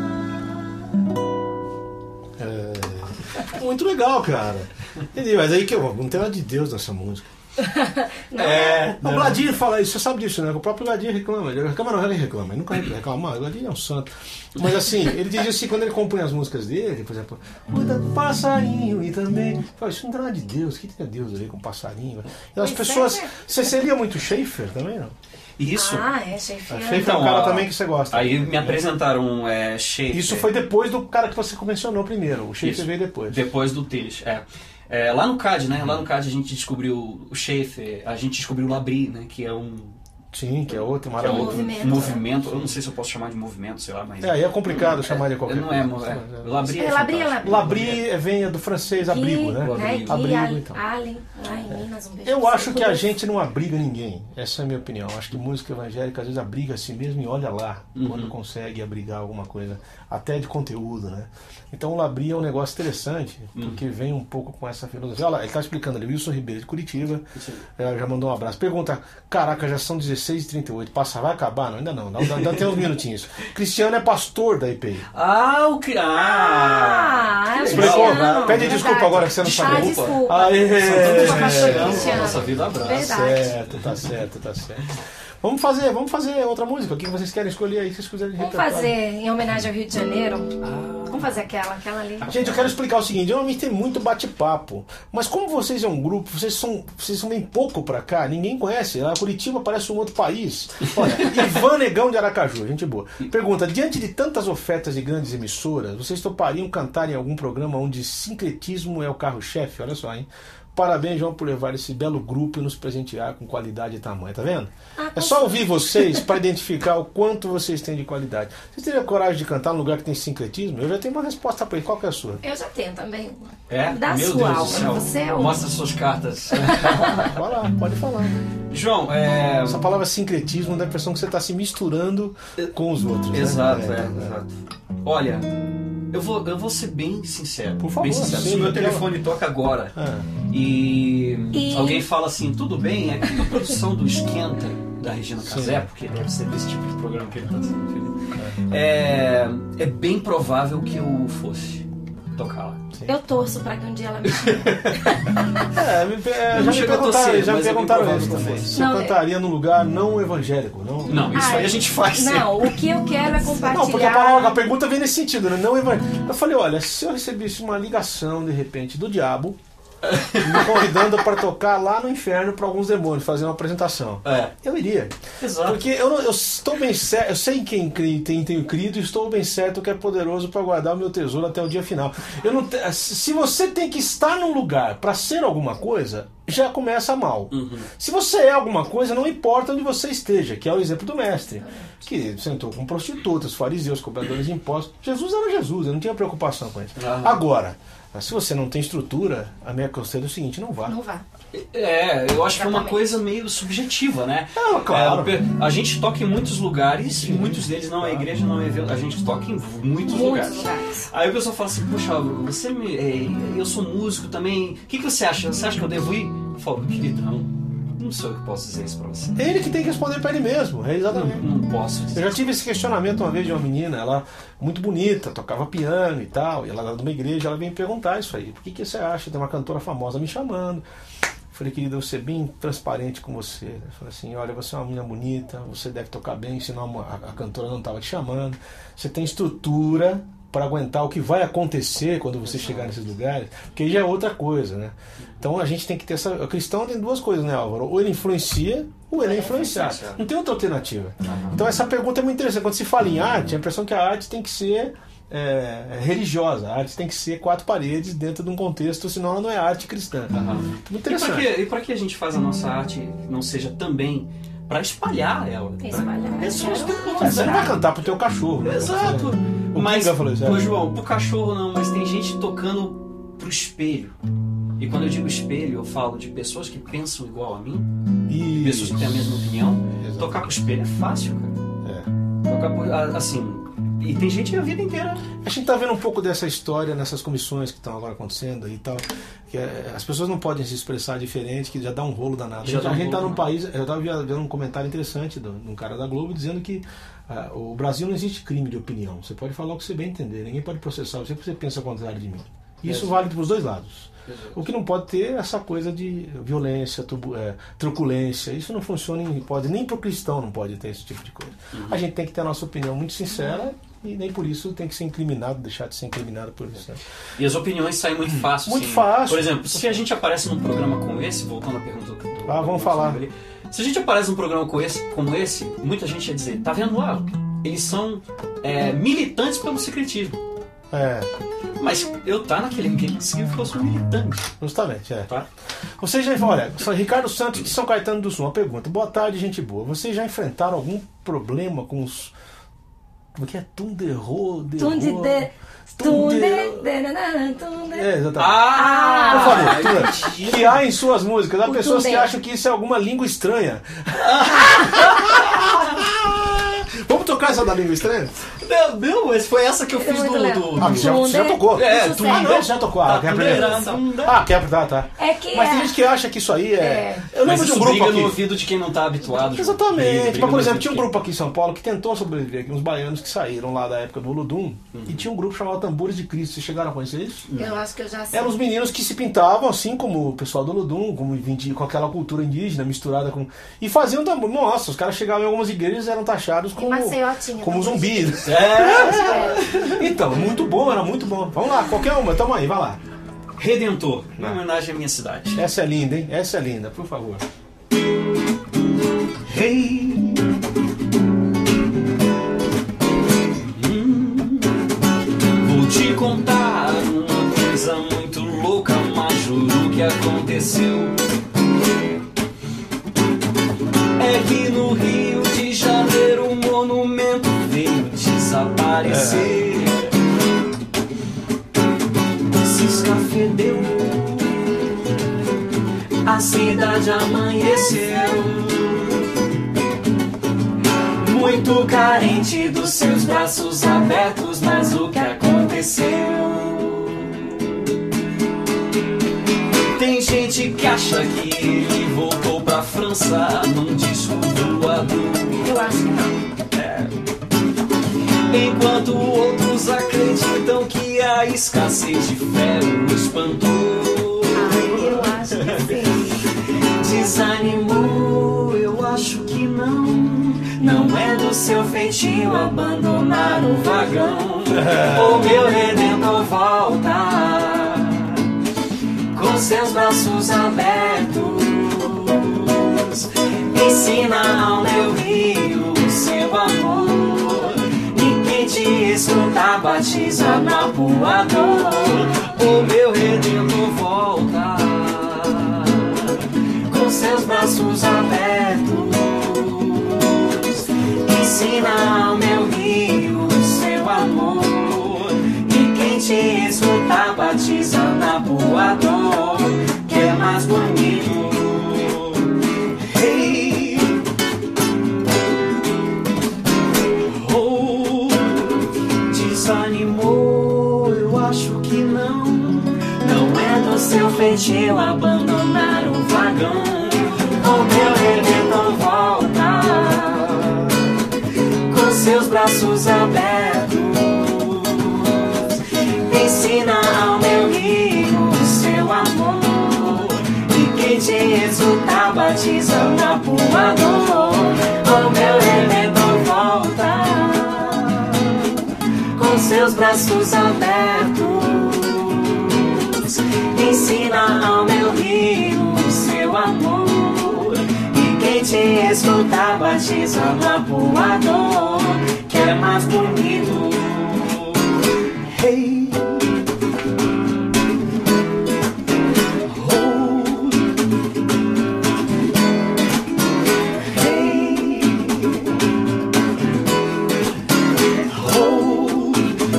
Muito legal, cara. Entendi, mas aí que não tem nada de Deus nessa música. O Gladir fala isso, você sabe disso, né? O próprio Gladir reclama. Ele reclama, ele nunca reclama. O Gladir é um santo. Mas assim, ele diz assim, quando ele compõe as músicas dele, por exemplo, cuida do passarinho e também. Fala, isso não tem nada de Deus, o que tem Deus ali com passarinho? E as pessoas. Você seria muito Schaefer também, não? Isso. Schaefer. Schaefer é um cara também que você gosta. Aí me apresentaram Schaefer. Isso foi depois do cara que você mencionou primeiro. O Schaefer veio depois. Depois do Tillich, lá no CAD, né? Lá no CAD a gente descobriu o Schaefer, a gente descobriu o Labrie, né? Que é um... Sim, que é outro que é maravilhoso. um movimento. Eu não sei se eu posso chamar de movimento, sei lá, mas... Aí é complicado chamar de qualquer não coisa. O Labrie é Labrie é fantástico. Labrie vem do francês abrigo, né? Abrigo, então. Ali, lá em Minas, um beijo. Eu acho que a gente não abriga ninguém. Essa é a minha opinião. Acho que música evangélica às vezes abriga a si mesmo e olha lá quando consegue abrigar alguma coisa, até de conteúdo, né? Então o Labrie é um negócio interessante, porque vem um pouco com essa filosofia. Olha lá, ele está explicando ali, Wilson Ribeiro de Curitiba, já mandou um abraço. Pergunta, caraca, já são 16 16h38. Passa, vai acabar? Não, ainda não. Ainda tem uns minutinhos. Cristiano é pastor da IPI. Explicou? Pede desculpa agora que você não sabia. Desculpa. Nossa vida abraça. Tá certo. Vamos fazer outra música. O que vocês querem escolher aí? Se vocês quiserem Vamos fazer em homenagem ao Rio de Janeiro. Vamos fazer aquela ali. Gente, eu quero explicar o seguinte. Normalmente tem muito bate-papo. Mas como vocês é um grupo, vocês são bem pouco pra cá, ninguém conhece. A Curitiba parece um outro país. Olha, Ivan Negão de Aracaju, gente boa. Pergunta, diante de tantas ofertas de grandes emissoras, vocês topariam cantar em algum programa onde sincretismo é o carro-chefe? Olha só, hein? Parabéns, João, por levar esse belo grupo e nos presentear com qualidade e tamanho, tá vendo? É só ouvir vocês para identificar o quanto vocês têm de qualidade. Vocês teriam coragem de cantar num lugar que tem sincretismo? Eu já tenho uma resposta para ele. Qual que é a sua? Eu já tenho também. Da Meu sua Deus do céu. Você é Mostra suas cartas. Vai lá, pode falar. João, essa palavra sincretismo dá a impressão que você está se misturando com os outros. Exato, exato. Olha, eu vou ser bem sincero. Por favor. Bem sincero. Se o meu telefone toca agora e alguém fala assim, tudo bem, é que a produção do Esquenta da Regina Casé, porque deve ser desse tipo de programa que ele está sendo feliz, é bem provável que eu fosse tocar lá. Eu torço pra que um dia ela me chame. Já me perguntaram isso também. Se eu cantaria num lugar não evangélico. Não, isso aí a gente faz. Não, o que eu quero é compartilhar. Não, porque a pergunta vem nesse sentido, né? Não evangélico. Eu falei, olha, se eu recebesse uma ligação, de repente, do diabo, me convidando para tocar lá no inferno para alguns demônios, fazer uma apresentação, eu iria. Exato. Porque eu estou bem certo, eu sei em quem tenho crido e estou bem certo que é poderoso para guardar o meu tesouro até o dia final. Se você tem que estar num lugar para ser alguma coisa, já começa mal. Se você é alguma coisa, não importa onde você esteja, que é o exemplo do mestre, que sentou com prostitutas, fariseus, cobradores de impostos. Jesus era Jesus, eu não tinha preocupação com isso. Agora, se você não tem estrutura, a minha conselho é o seguinte, não vá. Não vá. Eu acho que é uma coisa meio subjetiva, né? Claro. A gente toca em muitos lugares, e muitos deles não é igreja, não é evento. A gente toca em muitos lugares. Aí o pessoal fala assim, poxa, eu sou músico também, o que você acha? Você acha que eu devo ir? Eu falo, querido, não sei o que posso dizer isso pra você. É ele que tem que responder pra ele mesmo, exatamente. Não posso dizer. Eu já tive esse questionamento uma vez de uma menina, ela muito bonita, tocava piano e tal, e ela era de uma igreja, ela veio me perguntar isso aí. Por que você acha? Tem uma cantora famosa me chamando. Eu falei, querida, eu vou ser bem transparente com você. Eu falei assim, olha, você é uma menina bonita, você deve tocar bem, senão a cantora não estava te chamando. Você tem estrutura para aguentar o que vai acontecer quando você chegar nesses lugares, porque aí já é outra coisa, né? Então a gente tem que ter essa... O cristão tem duas coisas, né, Álvaro? Ou ele influencia, ou ele é influenciado. Não tem outra alternativa. Então essa pergunta é muito interessante. Quando se fala em arte, a impressão que a arte tem que ser religiosa. A arte tem que ser quatro paredes dentro de um contexto, senão ela não é arte cristã. Muito interessante. E para que a gente faz a nossa arte não seja também para espalhar ela? Pessoas têm oportunidade. Você não vai cantar pro teu cachorro. Exato. O Pinga falou isso. Pô, João, pro cachorro não, mas tem gente tocando pro espelho. E quando eu digo espelho, eu falo de pessoas que pensam igual a mim, pessoas que têm a mesma opinião. Exato. Tocar pro espelho é fácil, cara. Tocar pro, assim... E tem gente a vida inteira. A gente tá vendo um pouco dessa história nessas comissões que estão agora acontecendo e tal. Que as pessoas não podem se expressar diferente, que já dá um rolo danado. A gente tá num país. Eu estava vendo um comentário interessante de um cara da Globo dizendo que o Brasil não existe crime de opinião. Você pode falar o que você bem entender, ninguém pode processar você porque você pensa ao contrário de mim. E isso vale para os dois lados. O que não pode ter é essa coisa de violência, truculência. Isso não funciona nem para o cristão não pode ter esse tipo de coisa. A gente tem que ter a nossa opinião muito sincera e nem por isso tem que ser incriminado, deixar de ser incriminado por isso. E as opiniões saem muito fácil. Muito fácil. Por exemplo, se a gente aparece num programa como esse, voltando à pergunta do vamos falar. Se a gente aparece num programa como esse, muita gente ia dizer, tá vendo lá? Eles são militantes pelo secretismo. Mas eu tá naquele ambiente que eu fosse um militante. Justamente, Tá? Vocês já... Olha, Ricardo Santos de São Caetano do Sul, uma pergunta. Boa tarde, gente boa. Vocês já enfrentaram algum problema com os... Como é que é? Exatamente. Eu falei, que há em suas músicas. Há pessoas que acham que isso é alguma língua estranha. Vamos tocar essa da língua estranha? Não, mas foi essa que eu fiz muito legal. Ah, você já tocou. É, tu- Ah, não, você já tocou. Ah, quer aprender? Ah, quer aprender, tá. É que Mas tem gente que acha que isso aí é... Eu Mas lembro de um isso grupo briga aqui. no ouvido de quem não tá habituado. João. Exatamente. Briga Mas, por no exemplo, ouvido tinha um de grupo aqui em São Paulo que tentou sobreviver aqui, uns baianos que saíram lá da época do Olodum. E tinha um grupo chamado Tambores de Cristo. Vocês chegaram a conhecer isso? Eu acho que eu já sei. Eram os meninos que se pintavam assim como o pessoal do Olodum, como vendia com aquela cultura indígena misturada com... E faziam tambor. Nossa, os caras chegavam em algumas igrejas e eram taxados como, Maceió tinha como tambor de zumbis. É. Então, muito bom, era muito bom. Vamos lá, qualquer uma, tamo aí, vai lá. Redentor, em homenagem à minha cidade. Essa é linda, hein? Essa é linda, por favor. Hey. Vou te contar uma coisa muito louca, mas juro que aconteceu. É que no Rio de Janeiro um monumento veio desaparecer. Se escafedeu, a cidade amanheceu. Muito carente dos seus braços abertos, mas o que aconteceu? Tem gente que acha que ele voltou pra França num disco voador. Eu acho que não. Enquanto outros acreditam que a escassez de ferro o espantou. Ai, eu acho que sim. Desanimou, eu acho que não. Não é do seu feitio abandonar o vagão. O meu redentor volta com seus braços abertos. Ensina ao meu rio o seu amor. E quem te escuta batiza na boa dor. O meu redentor volta com seus braços abertos. Ensina ao meu rio o seu amor. E quem te escuta batiza na boa dor, que é mais bonito. Hey. Oh, desanimou, eu acho que não. Não é do seu feitio abandonar o vagão. O meu redentor volta com seus braços abertos. Ensina ao meu rio o seu amor. E quem te escuta batiza na boa dor. O meu redentor volta com seus braços abertos. Ensina ao meu rio o seu amor. E quem te escuta batiza na boa dor, que é mais bonito. Hey. Oh. Hey. Oh.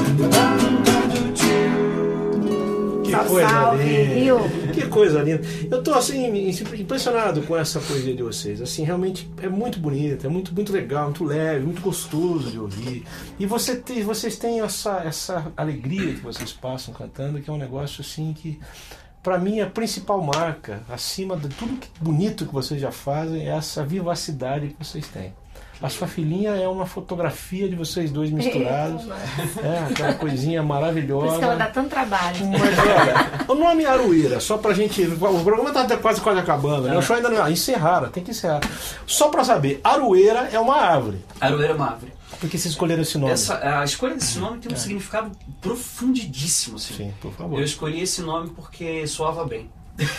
Que coisa Salve, linda. Rio. Que coisa linda. Eu tô assim impressionado com essa poesia de vocês. Assim, realmente é muito bonita, é muito legal, muito leve, muito gostoso de ouvir. E vocês têm essa alegria que vocês passam cantando, que é um negócio assim que, pra mim, a principal marca, acima de tudo bonito que vocês já fazem, é essa vivacidade que vocês têm. A sua filhinha é uma fotografia de vocês dois misturados. É, aquela coisinha maravilhosa. Por isso que ela dá tanto trabalho. Mas olha, o nome Aroeira, só pra gente. O programa tá quase acabando, né? O show ainda não. Encerraram, tem que encerrar. Só pra saber, Aroeira é uma árvore. Aroeira é uma árvore. Por que vocês escolheram esse nome? A escolha desse nome tem um significado profundíssimo. Assim. Sim, por favor. Eu escolhi esse nome porque soava bem.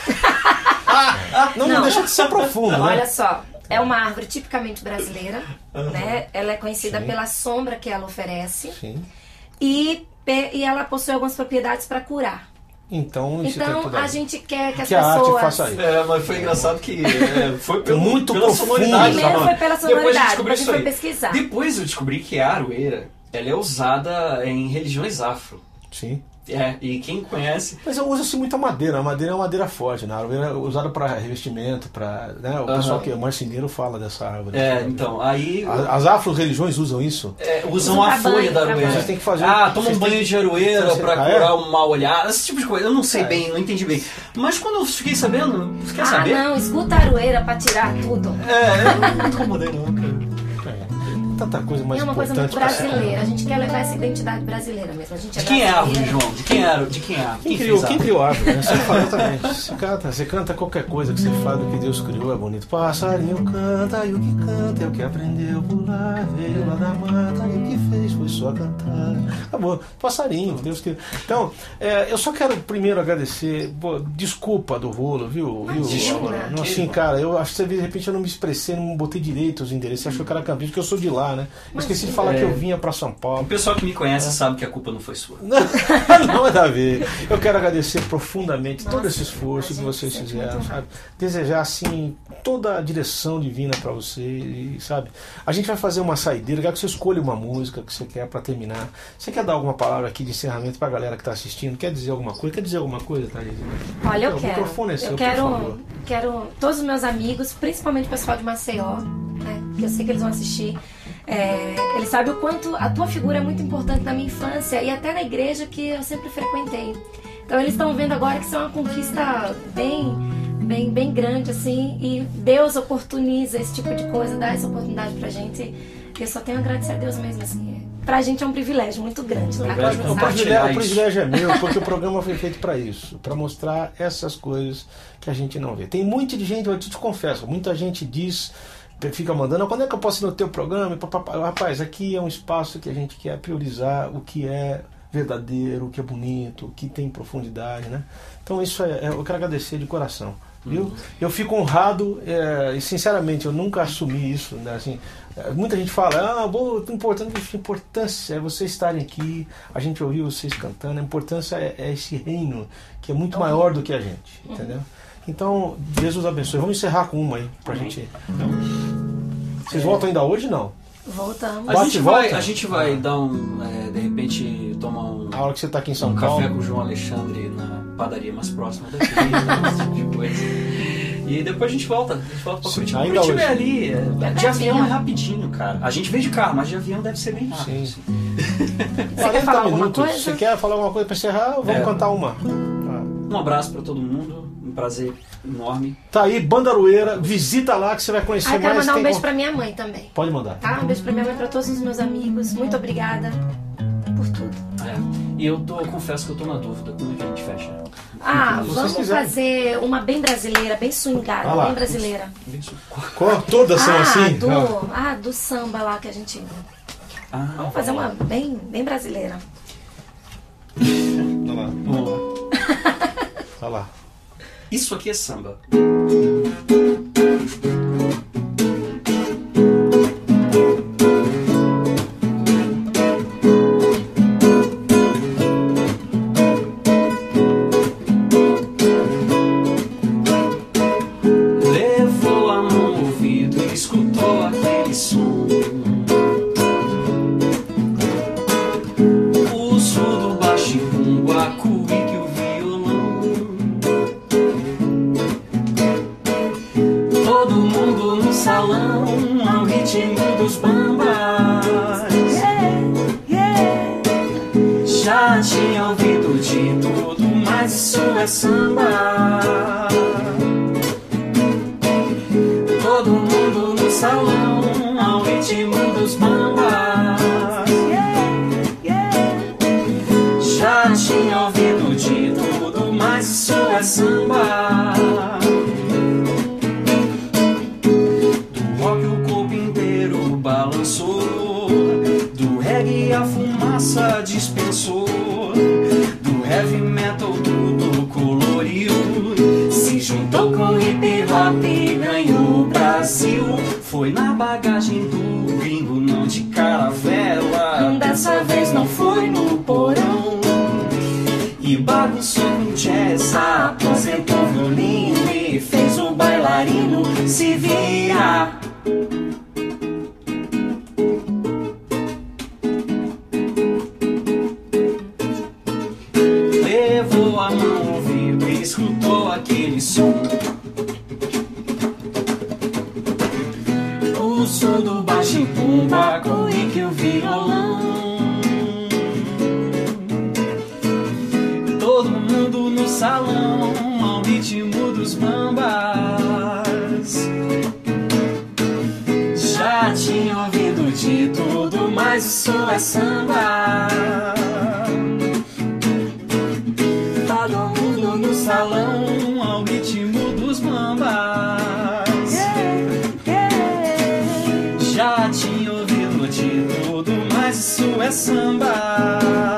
Não deixa de ser profundo, né? Olha só, é uma árvore tipicamente brasileira, né? Ela é conhecida Sim. pela sombra que ela oferece Sim. e ela possui algumas propriedades para curar. Então, isso tem Então tudo a a ver. gente quer que as Que a arte pessoas... faça isso. Mas foi engraçado que foi Muito pela profundo. sonoridade. Primeiro tá, foi pela Depois eu sonoridade, descobri depois a gente isso foi aí. pesquisar. Depois eu descobri que a aroeira ela é usada em religiões afro. Sim. E quem conhece... Mas usa-se muita madeira. A madeira é uma madeira forte, né? A árvore é usada para revestimento, para, né? O pessoal que é marceneiro fala dessa árvore. Então, aí... As afro-religiões usam isso? Usam a folha da aroeira. Vocês têm que fazer... toma um banho de aroeira para curar o mal olhar, esse tipo de coisa. Eu não sei bem, não entendi bem. Mas quando eu fiquei sabendo, você quer saber? Não, escuta a aroeira para tirar tudo. Eu não me incomodei não, cara. Tanta coisa mais É uma coisa muito importante brasileira. A gente quer levar essa identidade brasileira mesmo. A gente é Quem é a brasileiro. árvore, João? De quem era? De quem é? Quem criou a árvore? Né? Você fala também. Você canta qualquer coisa que você fala do que Deus criou, é bonito. Passarinho canta e o que canta é o que aprendeu a pular. Veio lá da mata e o que fez foi só cantar. Acabou. Passarinho, Deus criou. Então, eu só quero primeiro agradecer. Desculpa do rolo, viu? Não, assim, cara, eu acho que de repente eu não me expressei, não botei direito os endereços. Você achou que era Campinas, porque eu sou de lá, né? Eu esqueci de falar que eu vinha pra São Paulo. O pessoal que me conhece sabe que a culpa não foi sua. Não é da ver. Eu quero agradecer profundamente todo esse esforço que vocês fizeram, sabe? Desejar, assim, toda a direção divina pra vocês, sabe? A gente vai fazer uma saideira, quero que você escolha uma música que você quer pra terminar. Você quer dar alguma palavra aqui de encerramento pra galera que tá assistindo? Quer dizer alguma coisa? Quer dizer alguma coisa, Thaís? Olha, eu O quero. microfone é seu, Eu por favor. quero todos os meus amigos, principalmente o pessoal de Maceió, né? Que eu sei que eles vão assistir. Eles sabem o quanto a tua figura é muito importante na minha infância e até na igreja que eu sempre frequentei. Então eles estão vendo agora que isso é uma conquista bem grande, assim, e Deus oportuniza esse tipo de coisa, dá essa oportunidade pra gente. E eu só tenho a agradecer a Deus mesmo, assim. Pra gente é um privilégio muito grande, tá? O privilégio é meu, porque o programa foi feito pra isso, pra mostrar essas coisas que a gente não vê. Tem muita gente, eu te confesso, muita gente diz, fica mandando, quando é que eu posso ir no teu programa? Rapaz, aqui é um espaço que a gente quer priorizar o que é verdadeiro, o que é bonito, o que tem profundidade, né? Então isso eu quero agradecer de coração, viu? Eu fico honrado e sinceramente eu nunca assumi isso, né? Assim, muita gente fala, a importância é vocês estarem aqui, a gente ouvir vocês cantando, a importância é esse reino que é muito maior do que a gente, entendeu? Então, Jesus abençoe. Vamos encerrar com uma aí pra gente. Vocês voltam ainda hoje não? Voltamos. A gente vai dar de repente tomar a hora que você tá aqui em São Paulo, Paulo, café com o João Alexandre na padaria mais próxima daqui, esse tipo de coisa. E depois a gente volta pra Curitiba. Quando estiver ali, de avião é rapidinho, cara. A gente veio de carro, mas de avião deve ser bem rápido. Sim. Você quer falar alguma coisa? Você quer falar alguma coisa pra encerrar? Vamos cantar uma. Um abraço pra todo mundo. Um prazer enorme. Tá aí, Banda Aroeira, visita lá que você vai conhecer mais. Eu quero mandar um beijo pra minha mãe também. Pode mandar. Tá? Um beijo pra minha mãe, pra todos os meus amigos. Muito obrigada por tudo. E eu confesso que eu tô na dúvida. Como é que a gente fecha? Vamos fazer uma bem brasileira, bem swingada, bem brasileira. Todas são assim? Do samba lá que a gente... Vamos fazer uma bem brasileira. Vamos lá. Vai lá. Isso aqui é samba. Levou a mão no ouvido e escutou aquele som. O surdo baixo e bumbo, a cuíca e o violão. Todo mundo no salão, ao ritmo dos bambas. Já tinha ouvido de tudo, mas isso é samba. Todo mundo no salão, ao ritmo dos bambas. Já tinha ouvido de tudo, mas isso é samba. Do rock o corpo inteiro balançou, do reggae a fumaça dispensou, do heavy metal tudo coloriu, se juntou com o hip hop e ganhou o Brasil. Foi na bagagem do gringo, não de caravela. Dessa vez não foi no porão. E bagunçou com jazz, aposentou o violino e fez o bailarino se virar. som do baixo bumbaco e que o violão. Todo mundo no salão ao ritmo dos bambas. Já tinha ouvido de tudo, mas isso é samba. Todo mundo no salão ao ritmo dos bambas. Já tinha ouvido de tudo, mas isso é samba.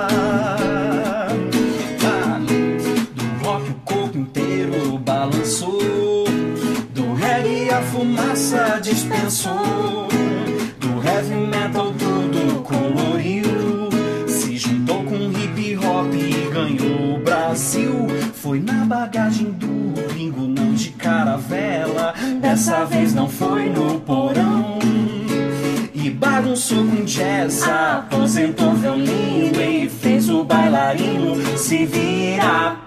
Do rock o corpo inteiro balançou, do reggae a fumaça dispensou, do heavy metal tudo coloriu, se juntou com hip hop e ganhou o Brasil. Foi na bagagem do gringo, não de caravela, dessa vez não foi no porão. E bagunçou com jazz, aposentou violino e fez o bailarino se virar.